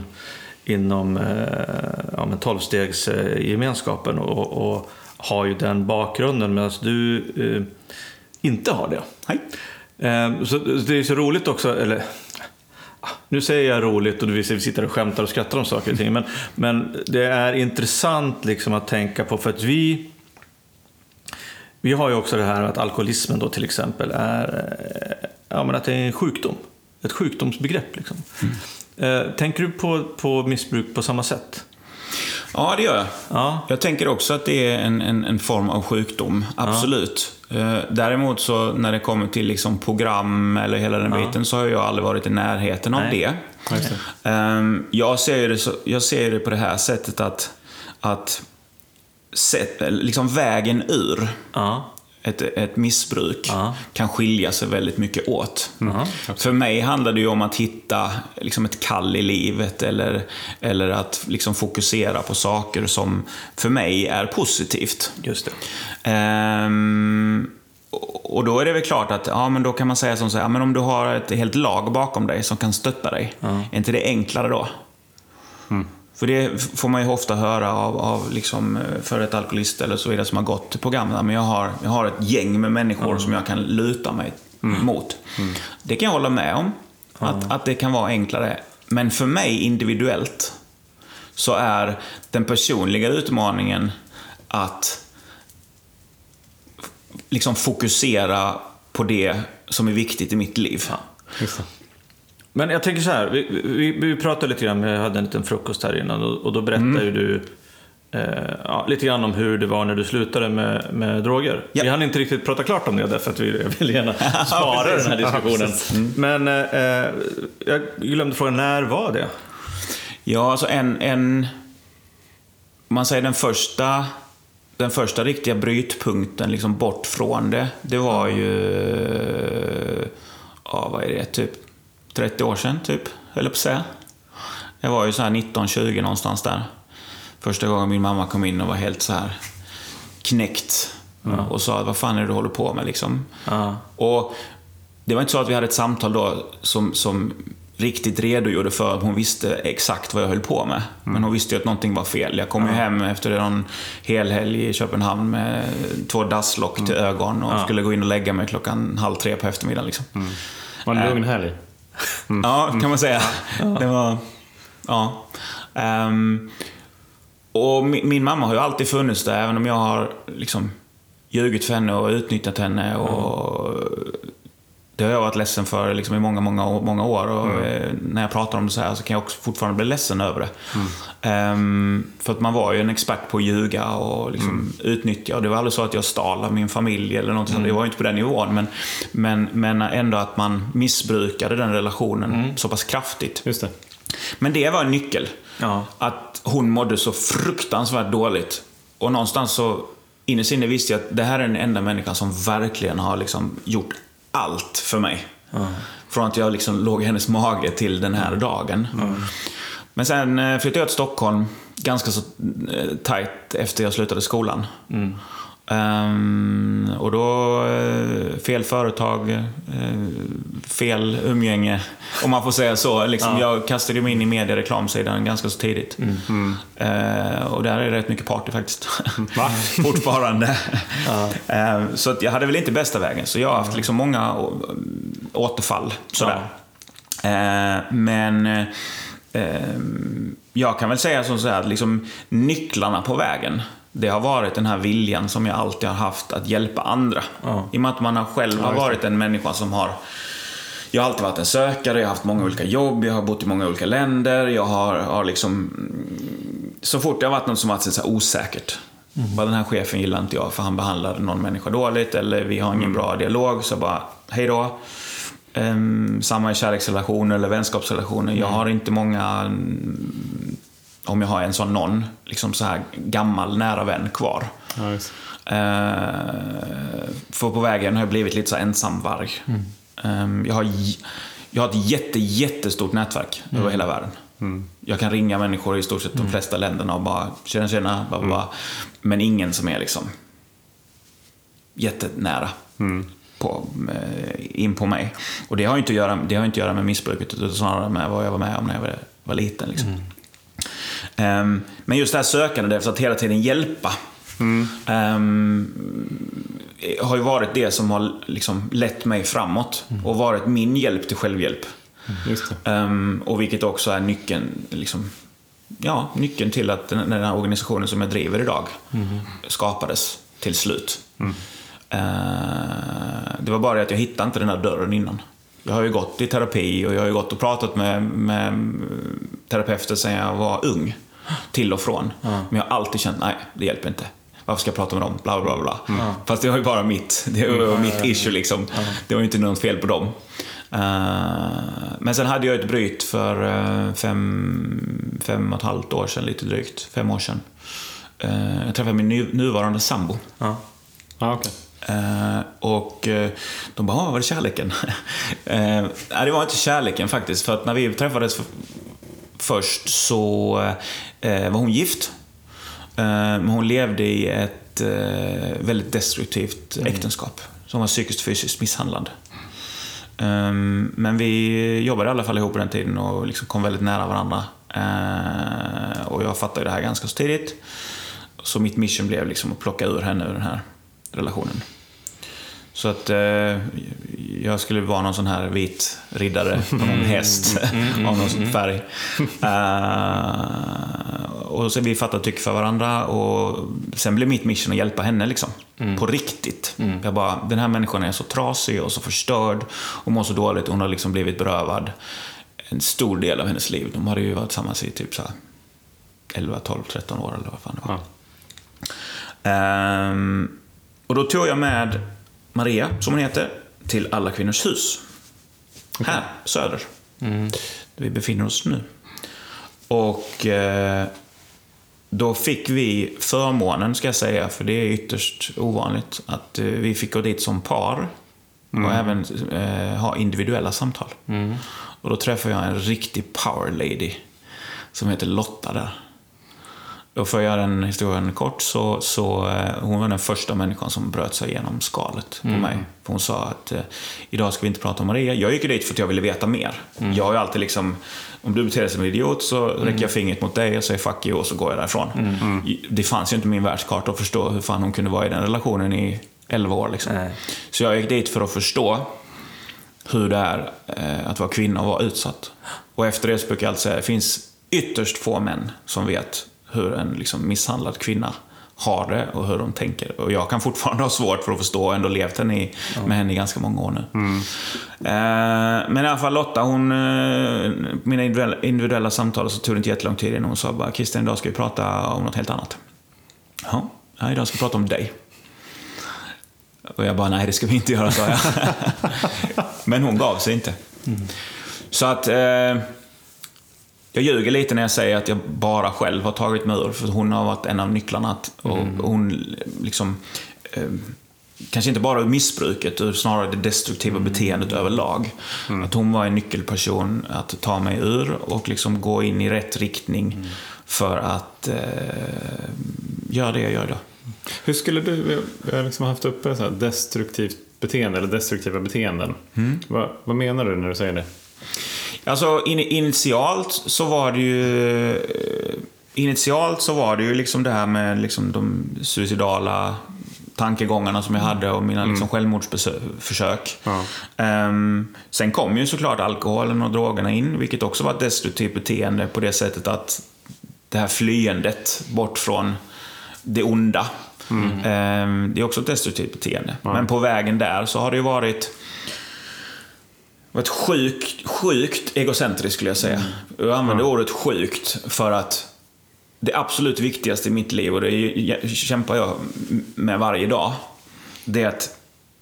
A: 12-stegsgemenskapen och har ju den bakgrunden, medan du inte har det.
C: Nej.
A: Så det är så roligt också, eller... Nu säger jag roligt och vi sitter och skämtar och skrattar om saker och ting, men det är intressant liksom att tänka på, för att vi har ju också det här att alkoholismen då till exempel är att det är en sjukdom, ett sjukdomsbegrepp liksom. Tänker du på missbruk på samma sätt?
C: Ja, det gör jag.
A: Ja.
C: Jag tänker också att det är en form av sjukdom, absolut. Däremot så när det kommer till liksom program eller hela den biten, så har jag aldrig varit i närheten av det. Jag ser det på det här sättet att liksom vägen ur ett missbruk kan skilja sig väldigt mycket åt. För mig handlar det ju om att hitta liksom ett kall i livet, eller att liksom fokusera på saker som för mig är positivt.
A: Just det.
C: Och då är det väl klart att men då kan man säga som så här, men om du har ett helt lag bakom dig som kan stötta dig, är inte det enklare då? För det får man ju ofta höra av liksom för ett alkoholist eller så vidare som har gått till programmen. Men jag har ett gäng med människor som jag kan luta mig mot. Det kan jag hålla med om, att det kan vara enklare. Men för mig individuellt så är den personliga utmaningen att liksom fokusera på det som är viktigt i mitt liv.
A: Men jag tänker så här, vi pratade lite grann, jag hade en liten frukost här innan, och då berättade ju du lite grann om hur det var när du slutade med droger. Vi hann inte riktigt prata klart om det, därför att vi vill gärna spara den här diskussionen. Men jag glömde fråga, när var det?
C: Ja, alltså man säger den första riktiga brytpunkten liksom bort från det var ju vad är det, typ 30 år sedan typ, eller på att säga. Jag var ju så här 19-20 någonstans där. Första gången min mamma kom in och var helt så här knäckt och sa, vad fan är det du håller på med liksom. Och det var inte så att vi hade ett samtal då som riktigt redogjorde för att hon visste exakt vad jag höll på med. Men hon visste ju att någonting var fel. Jag kom ju hem efter en hel helg i Köpenhamn med 2 dasslock till ögon och skulle gå in och lägga mig 2:30 på eftermiddagen liksom.
B: Var en lugn helg.
C: Ja, kan man säga. Det var... Ja. Och min mamma har ju alltid funnits där, även om jag har liksom ljugit för henne och utnyttjat henne och det har jag varit ledsen för liksom i många år. Och när jag pratar om det så här så kan jag också fortfarande bli ledsen över det. För att man var ju en expert på att ljuga och liksom utnyttja. Och det var aldrig så att jag stal av min familj eller något sånt. Det var ju inte på den nivån. Men ändå att man missbrukade den relationen så pass kraftigt.
B: Just det.
C: Men det var en nyckel.
A: Ja.
C: Att hon mådde så fruktansvärt dåligt. Och någonstans så inne inne visste jag att det här är den enda människan som verkligen har liksom gjort allt för mig. Från att jag liksom låg i hennes mage till den här dagen. Men sen flyttade jag till Stockholm ganska så tajt efter jag slutade skolan. Och då fel företag, fel umgänge, om man får säga så liksom, jag kastade mig in i media- och reklamsidan ganska så tidigt. Och där är det rätt mycket party faktiskt. Fortfarande. Så att jag hade väl inte bästa vägen, så jag har haft liksom många återfall sådär. Men jag kan väl säga så att liksom, nycklarna på vägen, det har varit den här viljan som jag alltid har haft att hjälpa andra. I och med att man har själv har varit en människa som har... Jag har alltid varit en sökare, jag har haft många olika jobb, jag har bott i många olika länder, jag har liksom... Så fort det har varit något som varit så här osäkert. Bara den här chefen gillar inte jag för han behandlar någon människa dåligt, eller vi har ingen bra dialog, så bara hej då. Samma i kärleksrelationer eller vänskapsrelationer. Jag har inte många... Om jag har en sån någon liksom så här gammal nära vän kvar. För på vägen har jag blivit lite så ensamvarg. Jag har ett jättestort nätverk över hela världen. Jag kan ringa människor i stort sett de flesta länderna och bara tjena bara. Men ingen som är liksom jättenära in på mig. Och det har inte att göra med missbruket, utan snarare med vad jag var med om när jag var liten liksom. Men just det här sökande, det för att hela tiden hjälpa, har ju varit det som har liksom lett mig framåt och varit min hjälp till självhjälp.
B: Just det.
C: Och vilket också är nyckeln liksom, nyckeln till att den här organisationen som jag driver idag skapades till slut. Det var bara att jag hittade inte den här dörren innan. Jag har ju gått i terapi och jag har ju gått och pratat med terapeuter sedan jag var ung, till och från. Men jag har alltid känt, nej, det hjälper inte. Varför ska jag prata med dem? Bla bla bla. Fast det var ju bara mitt issue liksom. Det var ju inte något fel på dem. Men sen hade jag ett bryt för 5,5 år sedan, lite drygt 5 år sedan. Jag träffade min nuvarande sambo.
B: Okay.
C: Och de bara, var det kärleken? Nej, det var inte kärleken faktiskt. För att när vi träffades först så var hon gift. Men hon levde i ett väldigt destruktivt äktenskap. Som var psykiskt fysiskt misshandlande. Men vi jobbade i alla fall ihop på den tiden och liksom kom väldigt nära varandra. Och jag fattade det här ganska så tidigt. Så mitt mission blev liksom att plocka ur henne ur den här relationen. Så att jag skulle vara någon sån här vit riddare på någon häst av någon sån färg. Och så vi fattade tyck för varandra, och sen blev mitt mission att hjälpa henne liksom, på riktigt. Jag bara, den här människan är så trasig och så förstörd och mår så dåligt. Hon har liksom blivit berövad en stor del av hennes liv. De hade ju varit tillsammans i typ så här 11, 12, 13 år eller vad fan det var. Och då tog jag med Maria, som hon heter, till Alla kvinnors hus. Här, söder. Där vi befinner oss nu. Och då fick vi förmånen, ska jag säga, för det är ytterst ovanligt, att vi fick gå dit som par och även ha individuella samtal. Och då träffade jag en riktig power lady som heter Lotta där. Och för att göra den historien kort, så hon var den första människan som bröt sig igenom skalet på mig. För hon sa att idag ska vi inte prata om Maria. Jag gick dit för att jag ville veta mer. Jag har ju alltid liksom, om du beter dig som en idiot så räcker jag fingret mot dig och säger fuck you och så går jag därifrån. Det fanns ju inte min världskarta att förstå hur fan hon kunde vara i den relationen i 11 år liksom. Så jag gick dit för att förstå hur det är att vara kvinna och vara utsatt. Och efter det så brukar jag alltid säga, det finns ytterst få män som vet hur en liksom misshandlad kvinna har det och hur de tänker. Och jag kan fortfarande ha svårt för att förstå och ändå levt med henne i ganska många år nu. Men i alla fall Lotta, mina individuella samtal så tog det inte jättelång tid innan hon sa bara, Christian, idag ska vi prata om något helt annat. Ja, idag ska vi prata om dig. Och jag bara, nej det ska vi inte göra, sa jag. Men hon gav sig inte. Så att jag ljuger lite när jag säger att jag bara själv har tagit mig ur, för hon har varit en av nycklarna och hon liksom kanske inte bara missbruket utan snarare det destruktiva beteendet överlag. Att hon var en nyckelperson att ta mig ur och liksom gå in i rätt riktning för att göra det jag gör då.
B: Hur skulle du, jag har liksom haft uppe så här destruktivt beteende eller destruktiva beteenden. Vad menar du när du säger det?
C: Alltså initialt så var det ju liksom det här med liksom de suicidala tankegångarna som jag hade och mina liksom självmordsförsök. Sen kom ju såklart alkoholen och drogerna in, vilket också var ett destruktivt beteende på det sättet att det här flyendet bort från det onda. Det är också ett destruktivt beteende. Men på vägen där så har det ju varit sjukt egocentriskt skulle jag säga. Jag använder ordet sjukt för att det absolut viktigaste i mitt liv, och det kämpar jag med varje dag, det är att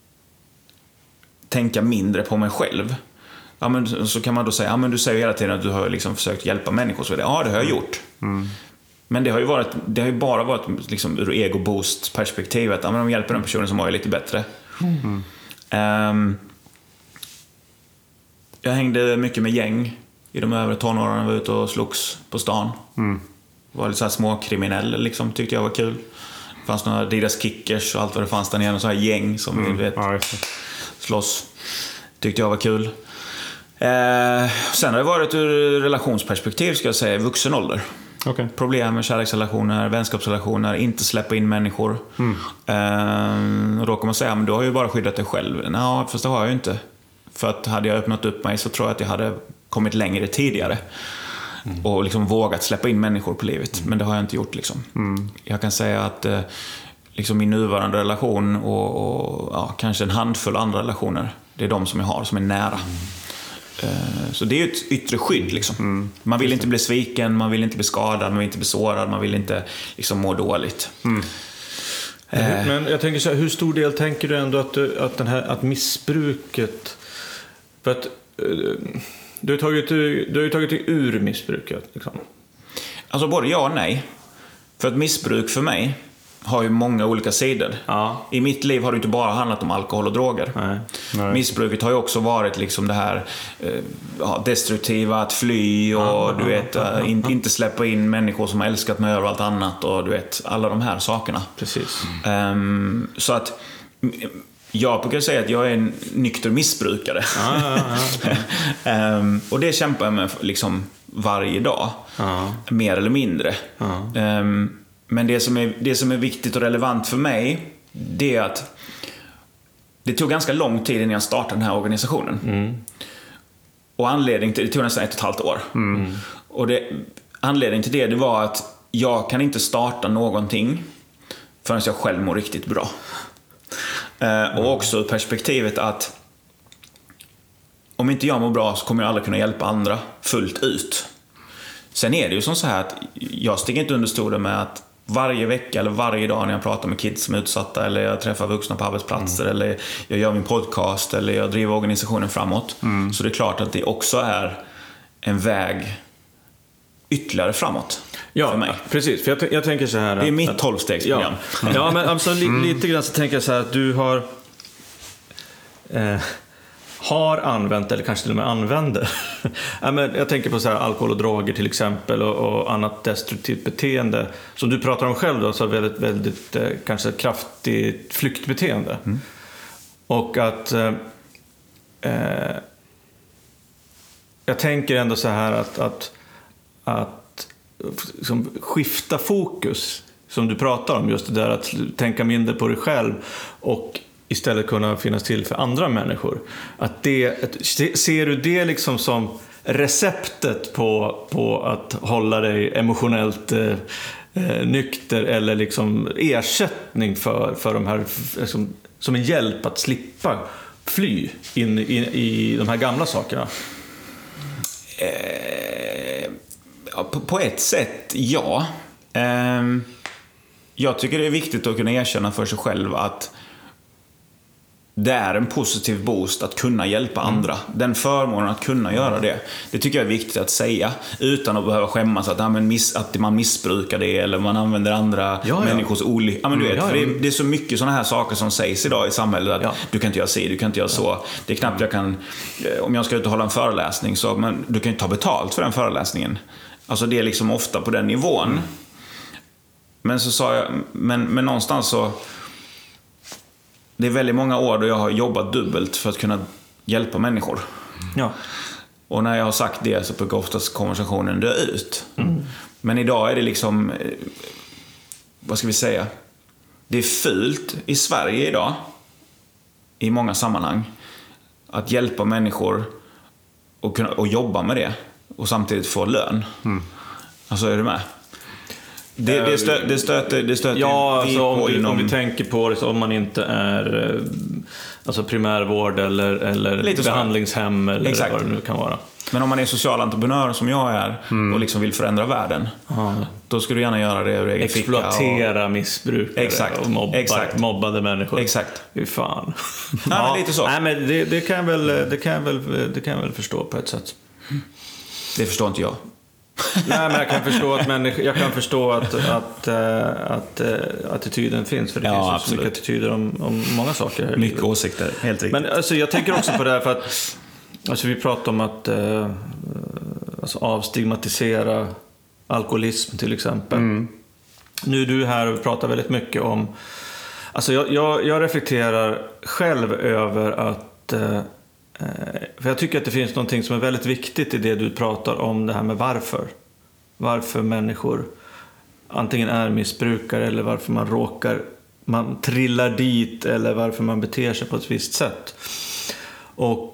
C: tänka mindre på mig själv. Ja, men så kan man då säga, ja, men du säger hela tiden att du har liksom försökt hjälpa människor. Så ja, det har jag gjort. Men det har ju bara varit liksom ur ego-boost perspektivet. Ja, men de hjälper den personen som har det lite bättre. Jag hängde mycket med gäng i de övre tonåren, var ute och slogs på stan. Var lite så här småkriminell liksom, tyckte jag var kul. Det fanns några Adidas Kickers och allt vad det fanns där nere, så här gäng som ni vet slåss. Tyckte jag var kul. Sen har det varit ur relationsperspektiv, ska jag säga, vuxen ålder. Problem med kärleksrelationer, vänskapsrelationer, inte släppa in människor. Och då kan man säga, men du har ju bara skyddat dig själv. Nej, fast det har jag ju inte. För att hade jag öppnat upp mig så tror jag att jag hade kommit längre tidigare. Och liksom vågat släppa in människor på livet. Men det har jag inte gjort liksom. Jag kan säga att liksom min nuvarande relation och ja, kanske en handfull andra relationer, det är de som jag har som är nära. Så det är ju ett yttre skydd liksom. Man vill inte bli sviken, man vill inte bli skadad, man vill inte bli sårad, man vill inte liksom må dåligt.
A: Men jag tänker så här, hur stor del tänker du ändå att missbruket, för att du har ju tagit dig ur missbruket liksom. Alltså både ja och nej. För att missbruk för mig har ju många olika sidor. I mitt liv har det inte bara handlat om alkohol och droger. Nej. Missbruket har ju också varit liksom det här destruktiva, att fly och du vet, inte släppa in människor som har älskat mig över allt annat, och du vet, alla de här sakerna.
B: Precis.
C: Så att jag brukar säga att jag är en nykter missbrukare. Och det kämpar jag med liksom varje dag. Mer eller mindre. Men det som är viktigt och relevant för mig, det är att det tog ganska lång tid innan jag startade den här organisationen. Och anledningen till det tog nästan 1,5 år. Och anledningen till det var att jag kan inte starta någonting förrän jag själv mår riktigt bra. Och också perspektivet att om inte jag mår bra så kommer jag aldrig kunna hjälpa andra fullt ut. Sen är det ju som så här att jag sticker inte under stolen med att varje vecka eller varje dag när jag pratar med kids som är utsatta, eller jag träffar vuxna på arbetsplatser, eller jag gör min podcast, eller jag driver organisationen framåt, så det är klart att det också är en väg ytterligare framåt.
A: Ja,
C: för mig.
A: Precis. För jag tänker så här.
C: Det är mitt 12-stegsprogram.
A: Ja, men alltså, lite grann så tänker jag så här att du har använt, eller kanske till och med använder. Jag tänker på så här, alkohol och droger till exempel, och annat destruktivt beteende som du pratar om själv då, så väldigt, väldigt kanske kraftigt flyktbeteende. Och att jag tänker ändå så här att liksom skifta fokus, som du pratar om, just det där att tänka mindre på dig själv och istället kunna finnas till för andra människor. Ser du det liksom som receptet på att hålla dig emotionellt nykter eller liksom ersättning för de här, som en hjälp att slippa fly in i de här gamla sakerna?
C: På ett sätt, ja. Jag tycker det är viktigt att kunna erkänna för sig själv att det är en positiv boost att kunna hjälpa andra. Den förmånen att kunna göra det. Det tycker jag är viktigt att säga utan att behöva skämmas att man missbrukar det eller man använder andra människors olycka. Men du vet, för det är så mycket sådana här saker som sägs idag i samhället att du kan inte göra så, du kan inte göra så. Det är knappt jag kan, om jag ska ut och hålla en föreläsning så, men du kan ju ta betalt för den föreläsningen. Alltså det är liksom ofta på den nivån. Men så sa jag, men någonstans så, det är väldigt många år då jag har jobbat dubbelt för att kunna hjälpa människor.
A: Ja.
C: Och när jag har sagt det så brukar oftast konversationen dö ut. Men idag är det liksom, vad ska vi säga? Det är fult i Sverige idag, i många sammanhang, att hjälpa människor och jobba med det och samtidigt få lön. Alltså är du med? Det stöter
A: ja, alltså om vi tänker på det, om man inte är alltså primärvård eller behandlingshem eller vad det nu kan vara.
C: Men om man är social entreprenör som jag är och liksom vill förändra världen, då ska du gärna göra det ur egen
A: exploatera missbrukare och mobbade människor.
C: Exakt.
A: Fy fan.
C: Ja, lite så.
A: Nej, men det kan jag väl förstå på ett sätt.
C: Det förstår inte jag.
A: Nej, men jag kan förstå att attityden finns, för det finns så mycket attityder om många saker här.
C: Mycket åsikter, helt riktigt.
A: Men alltså, jag tänker också på det här för att alltså, vi pratar om att alltså, avstigmatisera alkoholism till exempel. Nu är du här och pratar väldigt mycket om, alltså jag reflekterar själv över att för jag tycker att det finns någonting som är väldigt viktigt i det du pratar om, det här med varför människor antingen är missbrukare eller varför man trillar dit eller varför man beter sig på ett visst sätt. Och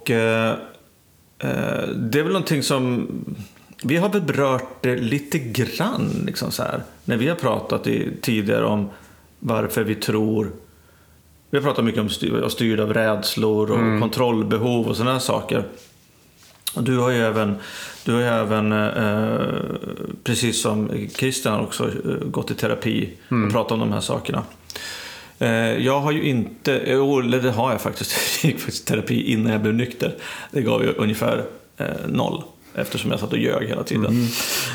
A: det är väl någonting som vi har berört det lite grann liksom så här, när vi har pratat tidigare om varför vi tror. Vi har pratat mycket om styrd av rädslor och kontrollbehov och sådana här saker. Och du har ju även precis som Christian också gått i terapi och pratat om de här sakerna. Jag har ju inte, eller det har jag faktiskt. Jag gick faktiskt terapi innan jag blev nykter. Det gav ju ungefär 0. Eftersom jag satt och ljög hela tiden.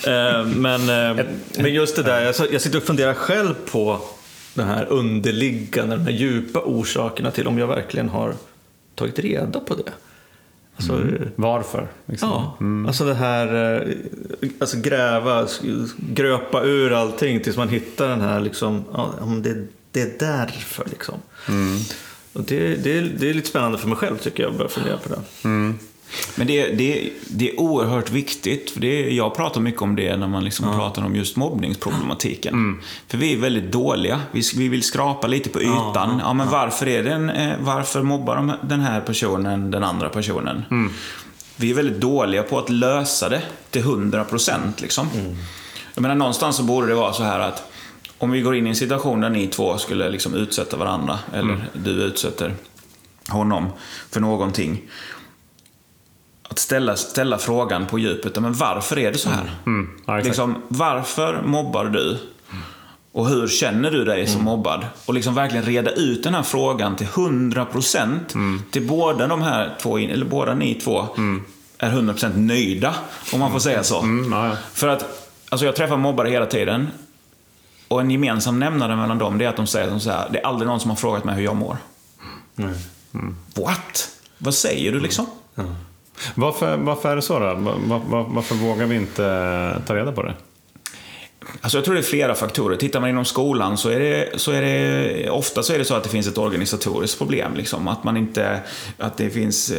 A: Men just det där, jag sitter och funderar själv på den här underliggande, de här djupa orsakerna till om jag verkligen har tagit reda på det. Alltså,
B: varför? Liksom.
A: Ja, alltså det här, alltså gröpa ur allting tills man hittar den här liksom, det är därför liksom. Och det är lite spännande för mig själv tycker jag, att börja fundera på det.
C: Men det är oerhört viktigt, för jag pratar mycket om det när man liksom pratar om just mobbningsproblematiken. För vi är väldigt dåliga, vi vill skrapa lite på ytan. Men varför mobbar den här personen den andra personen? Vi är väldigt dåliga på att lösa det till 100% liksom. Jag menar, någonstans så borde det vara så här att om vi går in i en situation där ni två skulle liksom utsätta varandra, eller du utsätter honom för någonting, att ställa frågan på djupet, men varför är det så här? Liksom, varför mobbar du? Och hur känner du dig som mobbad? Och liksom verkligen reda ut den här frågan till 100% till båda de här två, eller båda ni två är 100% nöjda, om man får säga så. För att alltså, jag träffar mobbare hela tiden, och en gemensam nämnare mellan dem, det är att de säger så här: det är aldrig någon som har frågat mig hur jag mår. What? Vad säger du liksom?
B: Varför är det så då? Varför vågar vi inte ta reda på det?
C: Alltså jag tror det är flera faktorer. Tittar man inom skolan så är det ofta så är det så att det finns ett organisatoriskt problem liksom, att det finns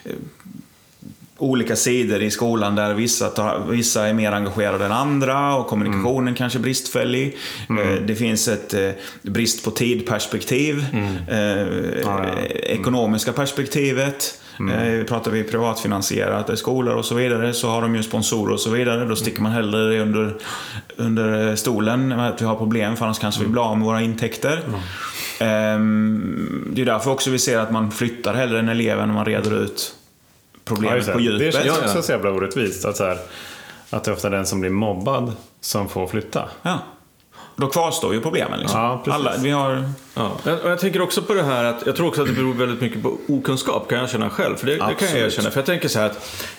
C: olika sidor i skolan där vissa är mer engagerade än andra och kommunikationen kanske är bristfällig. Det finns ett brist på tidperspektiv, ekonomiska perspektivet. Pratar vi privatfinansierat skolor och så vidare, så har de ju sponsorer och så vidare. Då sticker man hellre under stolen att vi har problem, för annars kanske vi blir av med våra intäkter. Det är därför också vi ser att man flyttar hellre än eleven när man reder ut problemet på djupet.
B: Det känns också så jävla orättvist att det är ofta den som blir mobbad som får flytta.
C: Ja. Då kvarstår ju problemen liksom.
B: Ja, precis.
A: Och jag tänker också på det här att jag tror också att det beror väldigt mycket på okunskap, kan jag känna själv. För det kan jag erkänna. För jag tänker så här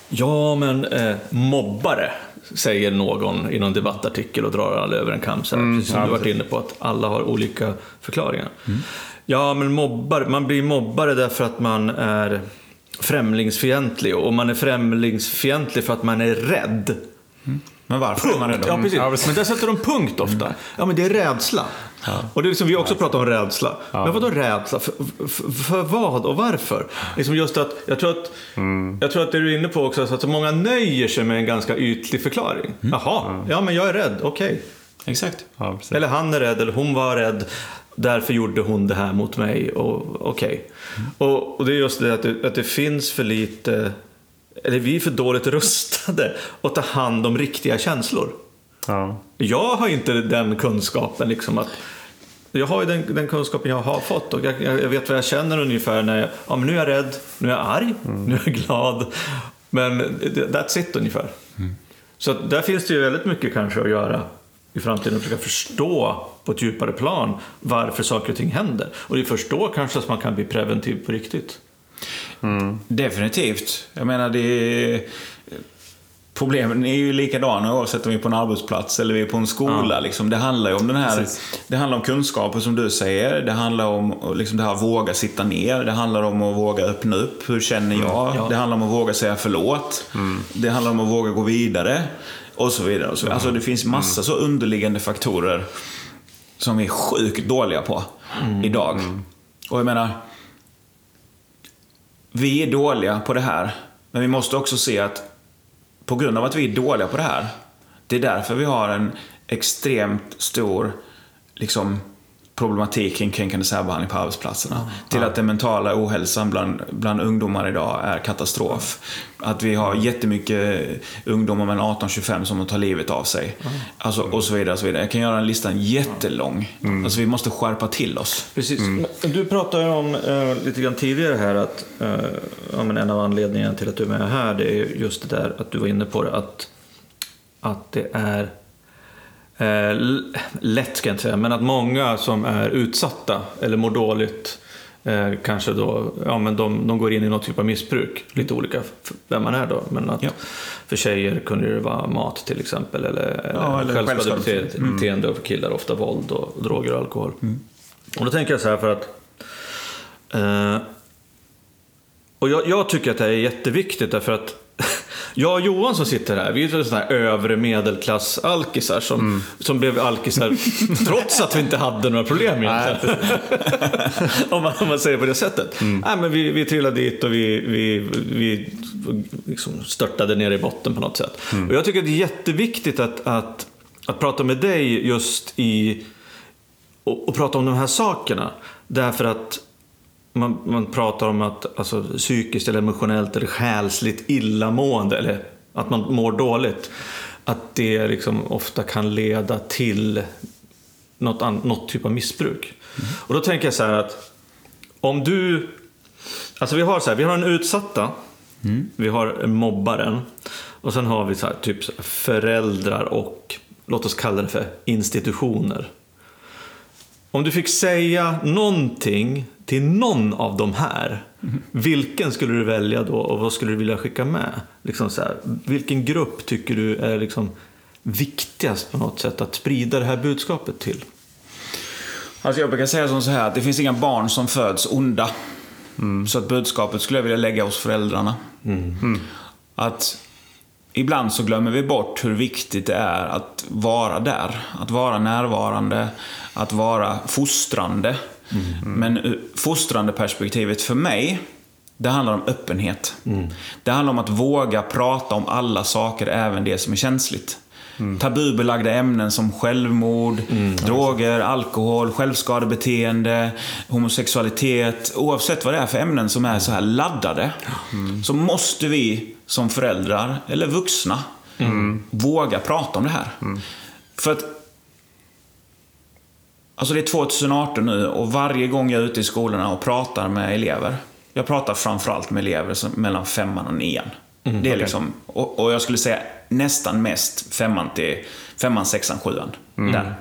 A: att mobbare, säger någon i någon debattartikel och drar alla över en kam. Precis som du varit inne på, att alla har olika förklaringar. Ja, men man blir mobbare därför att man är främlingsfientlig. Och man är främlingsfientlig för att man är rädd.
C: Men varför är man rädd?
A: Ja, precis. Men där sätter de punkt ofta. Ja, men det är rädsla. Ja. Och det är liksom, vi har också pratat om rädsla. Ja. Men vadå rädsla? För vad och varför? Liksom just att, jag tror att det du är inne på också, att så många nöjer sig med en ganska ytlig förklaring. Jaha, ja men jag är rädd, okej.
C: Exakt.
B: Ja,
A: eller han är rädd, eller hon var rädd. Därför gjorde hon det här mot mig. Okej. Och det är just det att det finns för lite... Eller vi är för dåligt rustade att ta hand om riktiga känslor. Ja. Jag har inte den kunskapen liksom att... Jag har ju den kunskapen jag har fått. Och jag vet vad jag känner ungefär när men nu är jag rädd, nu är jag arg, nu är jag glad. Men that's it ungefär. Så att där finns det ju väldigt mycket kanske att göra i framtiden, att försöka förstå på ett djupare plan varför saker och ting händer. Och det är först då kanske att man kan bli preventiv på riktigt.
C: Definitivt. Jag menar, problemen är ju likadana oavsett om vi är på en arbetsplats eller vi är på en skola. Liksom. Det handlar ju om det handlar om kunskaper som du säger. Det handlar om liksom, det här att våga sitta ner. Det handlar om att våga öppna upp. Hur känner jag? Det handlar om att våga säga förlåt. Det handlar om att våga gå vidare. Och så vidare. Och så vidare. Alltså, det finns massa så underliggande faktorer som vi är sjukt dåliga på idag. Och jag menar, vi är dåliga på det här, men vi måste också se att på grund av att vi är dåliga på det här, det är därför vi har en extremt stor liksom, problematik kring kränkande särbehandling på arbetsplatserna. Till att den mentala ohälsan bland ungdomar idag är katastrof. Att vi har jättemycket ungdomar mellan 18 och 25 som tar livet av sig. Alltså, och så vidare, och så vidare. Jag kan göra en listan jättelång. Alltså vi måste skärpa till oss.
A: Precis. Du pratade ju om lite grann tidigare här att men en av anledningarna till att du är med här, det är just det där att du var inne på det, att det är lätt, ska jag inte säga, men att många som är utsatta eller mår dåligt kanske då, men de går in i något typ av missbruk, lite olika vem man är då, men att för tjejer kunde det vara mat till exempel, eller självskadebeteende, och för killar ofta våld och droger och alkohol. Och då tänker jag så här, för att och jag tycker att det är jätteviktigt, därför att jag och Johan som sitter här, vi är sådana här övre medelklass-alkisar som blev alkisar trots att vi inte hade några problem egentligen. om man säger på det sättet. Nej, men vi trillade dit och vi liksom störtade ner i botten på något sätt. Och jag tycker att det är jätteviktigt att prata med dig just och prata om de här sakerna. Därför att man pratar om att alltså, psykiskt eller emotionellt eller själsligt illamående, eller att man mår dåligt, att det liksom ofta kan leda till något typ av missbruk. Och då tänker jag så här att om du, alltså vi har en utsatta, vi har mobbaren, och sen har vi så här, typ föräldrar och låt oss kalla det för institutioner. Om du fick säga någonting till någon av de här, vilken skulle du välja då, och vad skulle du vilja skicka med? Liksom så här, vilken grupp tycker du är liksom viktigast på något sätt att sprida det här budskapet till?
C: Alltså jag brukar säga som så här, att det finns inga barn som föds onda. Så att budskapet skulle jag vilja lägga hos föräldrarna. Att ibland så glömmer vi bort hur viktigt det är att vara där. Att vara närvarande, att vara fostrande. Men fostrande perspektivet för mig, det handlar om öppenhet. Det handlar om att våga prata om alla saker, även det som är känsligt. Tabubelagda ämnen som självmord, droger, alkohol, självskadebeteende, homosexualitet. Oavsett vad det är för ämnen som är så här laddade, så måste vi som föräldrar eller vuxna våga prata om det här. För att alltså det är 2018 nu, och varje gång jag är ute i skolorna och pratar med elever, jag pratar framförallt med elever som mellan 5:an och 9:an. Det är liksom, och jag skulle säga nästan mest 5:an till 5:an, 6:an, 7:an. Där.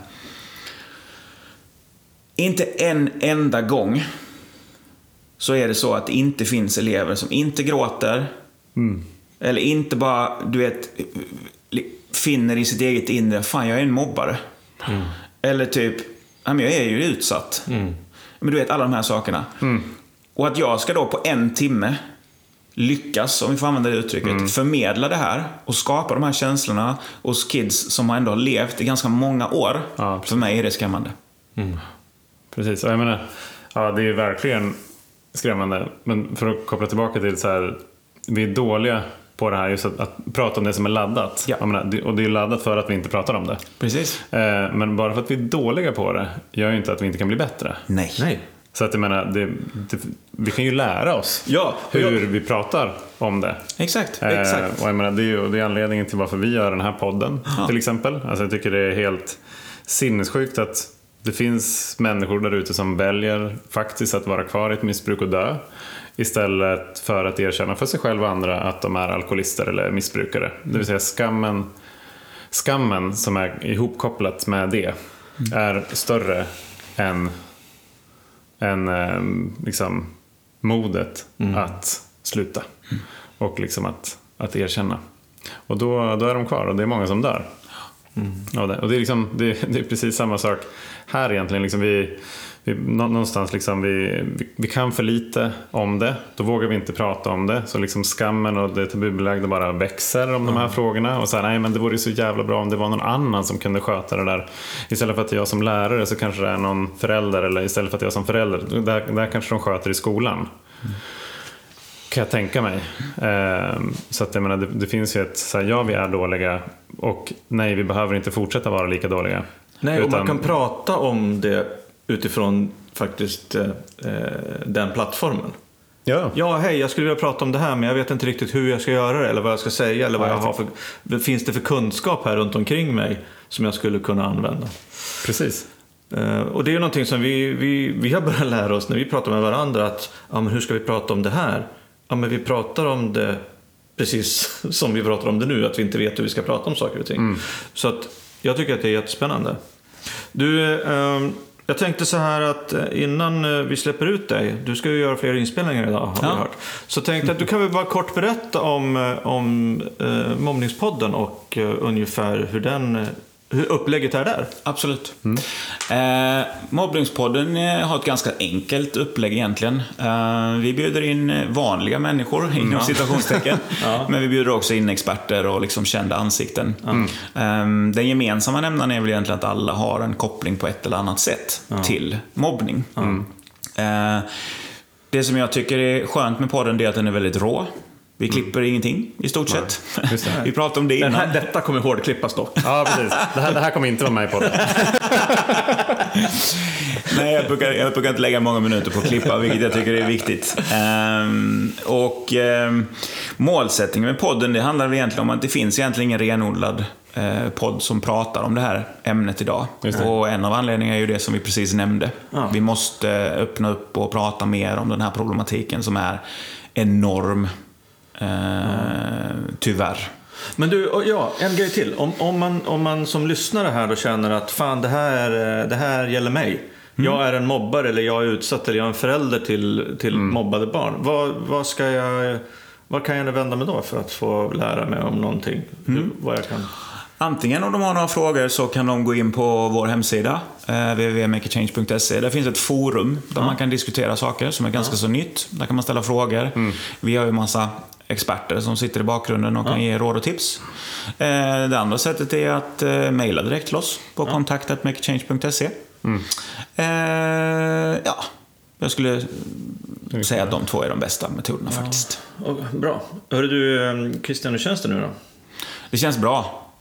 C: Inte en enda gång så är det så att det inte finns elever som inte gråter eller inte bara, du vet, finner i sitt eget inre, fan jag är en mobbare. Eller typ, jag är ju utsatt. Men du vet, alla de här sakerna. Och att jag ska då på 1 timme lyckas, om vi får använda det uttrycket, förmedla det här och skapa de här känslorna hos kids som ändå har levt i ganska många år. För mig är det skrämmande.
B: Precis, och jag menar, ja, det är ju verkligen skrämmande. Men för att koppla tillbaka till så här, vi är dåliga på det här, just att prata om det som är laddat.
C: Ja.
B: Jag menar, och det är laddat för att vi inte pratar om det.
C: Precis.
B: Men bara för att vi är dåliga på det gör ju inte att vi inte kan bli bättre.
C: Nej.
B: Så att jag menar, vi kan ju lära oss hur vi pratar om det.
C: Exakt.
B: Och jag menar, det är anledningen till varför vi gör den här podden, till exempel. Alltså jag tycker det är helt sinnessjukt att det finns människor där ute som väljer faktiskt att vara kvar i ett missbruk och dö, istället för att erkänna för sig själva och andra att de är alkoholister eller missbrukare. Det vill säga skammen som är ihopkopplat med det är större än liksom modet att sluta och liksom att erkänna. Och då är de kvar, och det är många som dör. Och det är liksom, det är precis samma sak här egentligen. Liksom vi någonstans liksom vi kan för lite om det, då vågar vi inte prata om det, så liksom skammen och det tabubelagda bara växer om de här frågorna, och så här, nej men det vore ju så jävla bra om det var någon annan som kunde sköta det där, istället för att jag som lärare så kanske det är någon förälder, eller istället för att jag som förälder, där kanske de sköter i skolan. Kan jag tänka mig. Så att jag menar, det finns ju ett så här, ja vi är dåliga, och nej vi behöver inte fortsätta vara lika dåliga.
A: Nej, och man kan prata om det utifrån faktiskt den plattformen. Ja, hej, jag skulle vilja prata om det här, men jag vet inte riktigt hur jag ska göra det, eller vad jag ska säga, eller vad jag har för, finns det för kunskap här runt omkring mig som jag skulle kunna använda.
B: Precis.
A: Och det är ju någonting som vi har börjat lära oss när vi pratar med varandra, att ja, men hur ska vi prata om det här? Ja, men vi pratar om det precis som vi pratar om det nu, att vi inte vet hur vi ska prata om saker och ting. Så att jag tycker att det är jättespännande. Du, jag tänkte så här att innan vi släpper ut dig, du ska ju göra fler inspelningar idag, har vi hört. Så tänkte att du kan väl bara kort berätta om Mobbningspodden och ungefär hur upplägget är där.
C: Absolut. Mobbningspodden har ett ganska enkelt upplägg egentligen. Vi bjuder in vanliga människor inom citationstecken. Men vi bjuder också in experter och liksom kända ansikten. Den gemensamma nämnaren är väl egentligen att alla har en koppling på ett eller annat sätt till mobbning. Det som jag tycker är skönt med podden är att den är väldigt rå. Vi klipper ingenting i stort sett. Vi pratar om det innan.
A: Detta kommer hårdklippas dock.
B: Ja, precis. Det här kommer inte vara med på det.
C: Nej, jag brukar inte lägga många minuter på att klippa, vilket jag tycker är viktigt. Målsättningen med podden, det handlar egentligen om att det finns egentligen ingen renodlad podd som pratar om det här ämnet idag. Och en av anledningarna är ju det som vi precis nämnde. Vi måste öppna upp och prata mer om den här problematiken som är enorm. Tyvärr.
A: Men du, en grej till. Om man som lyssnare här då känner att fan, det här gäller mig. Jag är en mobbare, eller jag är utsatt, eller jag är en förälder till mobbade barn. Vad kan jag vända mig då för att få lära mig om någonting? Vad jag kan...
C: Antingen om de har några frågor så kan de gå in på vår hemsida www.makechange.se. Där finns ett forum där man kan diskutera saker som är ganska så nytt. Där kan man ställa frågor. Vi har ju massa experter som sitter i bakgrunden och kan ge råd och tips. Det andra sättet är att mejla direkt till oss på kontakt@makechange.se. Jag skulle säga att de två är de bästa metoderna faktiskt.
A: Bra. Hörru du, Christian, hur känns det nu då?
C: Det känns bra.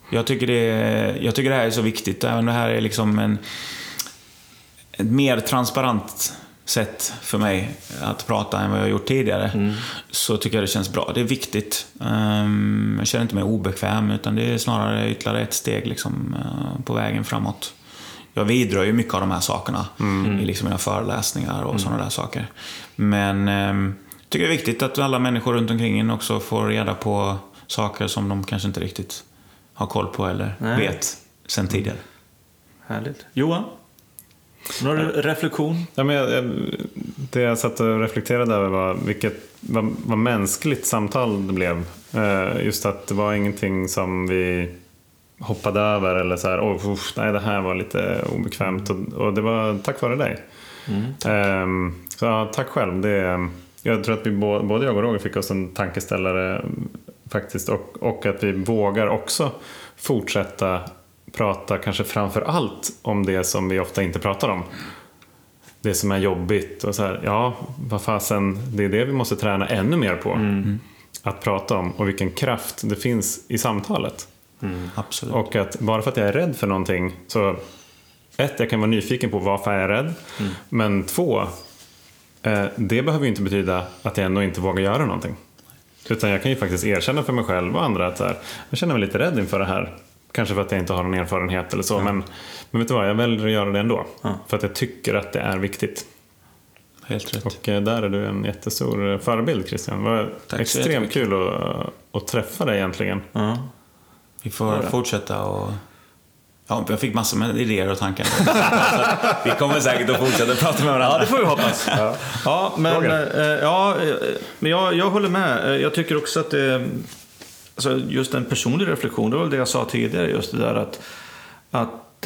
C: Jag tycker det här är så viktigt. Även det här är liksom ett mer transparent sätt för mig att prata än vad jag har gjort tidigare. Så tycker jag det känns bra. Det är viktigt. Jag känner inte mig obekväm, utan det är snarare ytterligare ett steg liksom, på vägen framåt. Jag vidrör ju mycket av de här sakerna i liksom mina föreläsningar och sådana där saker. Men jag tycker det är viktigt att alla människor runt omkring en också får reda på saker som de kanske inte riktigt har koll på eller vet sen tidigare.
A: Härligt. Johan? Någon reflektion?
B: Ja, men det jag satt och reflekterade över var vad mänskligt samtal det blev. Just att det var ingenting som vi hoppade över eller så här, nej, det här var lite obekvämt, och det var tack vare dig. Så ja, tack själv. Jag tror att vi både jag och Roger fick oss en tankeställare faktiskt, och att vi vågar också fortsätta prata kanske framför allt om det som vi ofta inte pratar om. Det som är jobbigt och så här, ja, vad fasen, det är det vi måste träna ännu mer på. Att prata om, och vilken kraft det finns i samtalet.
C: Absolut.
B: Och att bara för att jag är rädd för någonting, så jag kan vara nyfiken på varför jag är rädd. Men 2, det behöver ju inte betyda att jag ändå inte vågar göra någonting. Utan jag kan ju faktiskt erkänna för mig själv och andra att så här, jag känner mig lite rädd inför det här. Kanske för att jag inte har någon erfarenhet eller så. Men vet du vad, jag väljer att göra det ändå. För att jag tycker att det är viktigt.
C: Helt rätt.
B: Och där är du en jättestor förebild, Christian. Det var extremt kul att träffa dig egentligen.
C: Vi får fortsätta och... Ja, jag fick massor med idéer och tankar. Vi kommer säkert att fortsätta prata med varandra.
A: Ja, det får vi hoppas. Men jag håller med. Jag tycker också att alltså just en personlig reflektion, det var det jag sa tidigare, just det där att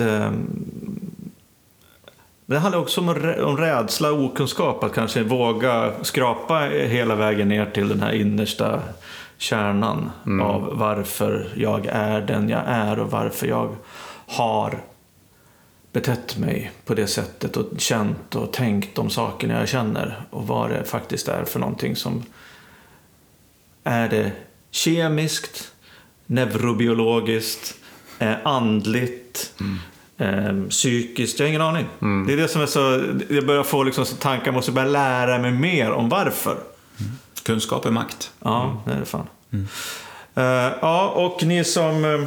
A: det handlar också om rädsla och okunskap, att kanske våga skrapa hela vägen ner till den här innersta kärnan av varför jag är den jag är och varför jag har betett mig på det sättet och känt och tänkt de sakerna jag känner, och vad det faktiskt är för någonting. Som är det kemiskt, neurobiologiskt, andligt, psykiskt, jag har ingen aning. Det är det som är så, jag börjar få liksom så tankar, måste börja lära mig mer om varför.
C: Kunskap är makt.
A: Ja, det är det fan. Ja, och ni som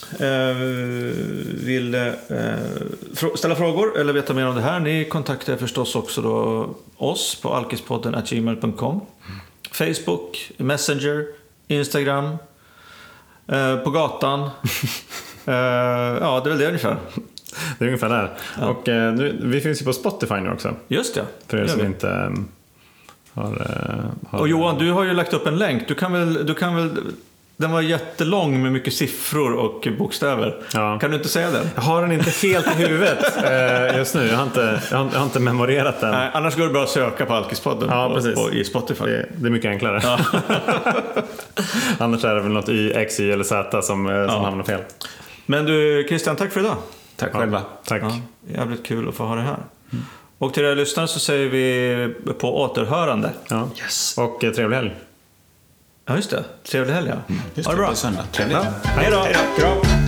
A: vill ställa frågor eller veta mer om det här, ni kontaktar förstås också då oss på alkispodden@gmail.com, Facebook, Messenger, Instagram, på gatan. Ja, det är väl det ungefär.
B: Det är ungefär där. Ja. Och vi finns ju på Spotify nu också.
A: Just det.
B: För er som inte har...
A: Och Johan, du har ju lagt upp en länk. Du kan väl den var jättelång med mycket siffror och bokstäver. Ja. Kan du inte säga den?
B: Jag har den inte helt i huvudet just nu. Jag har inte memorerat den.
A: Nej, annars går det bra att söka på Alkispodden i Spotify.
B: Det är mycket enklare. Ja. Annars är det väl något Y, X, Y eller Z som hamnar fel.
A: Men du, Christian, tack för idag.
C: Tack själva.
B: Tack. Ja,
A: jävligt kul att få ha det här. Och till er lyssnare så säger vi på återhörande.
B: Ja. Yes. Och trevlig helg.
A: Ja, just det. Trevlig helg, ja.
C: Ha det bra. Trevligt.
A: Hej då.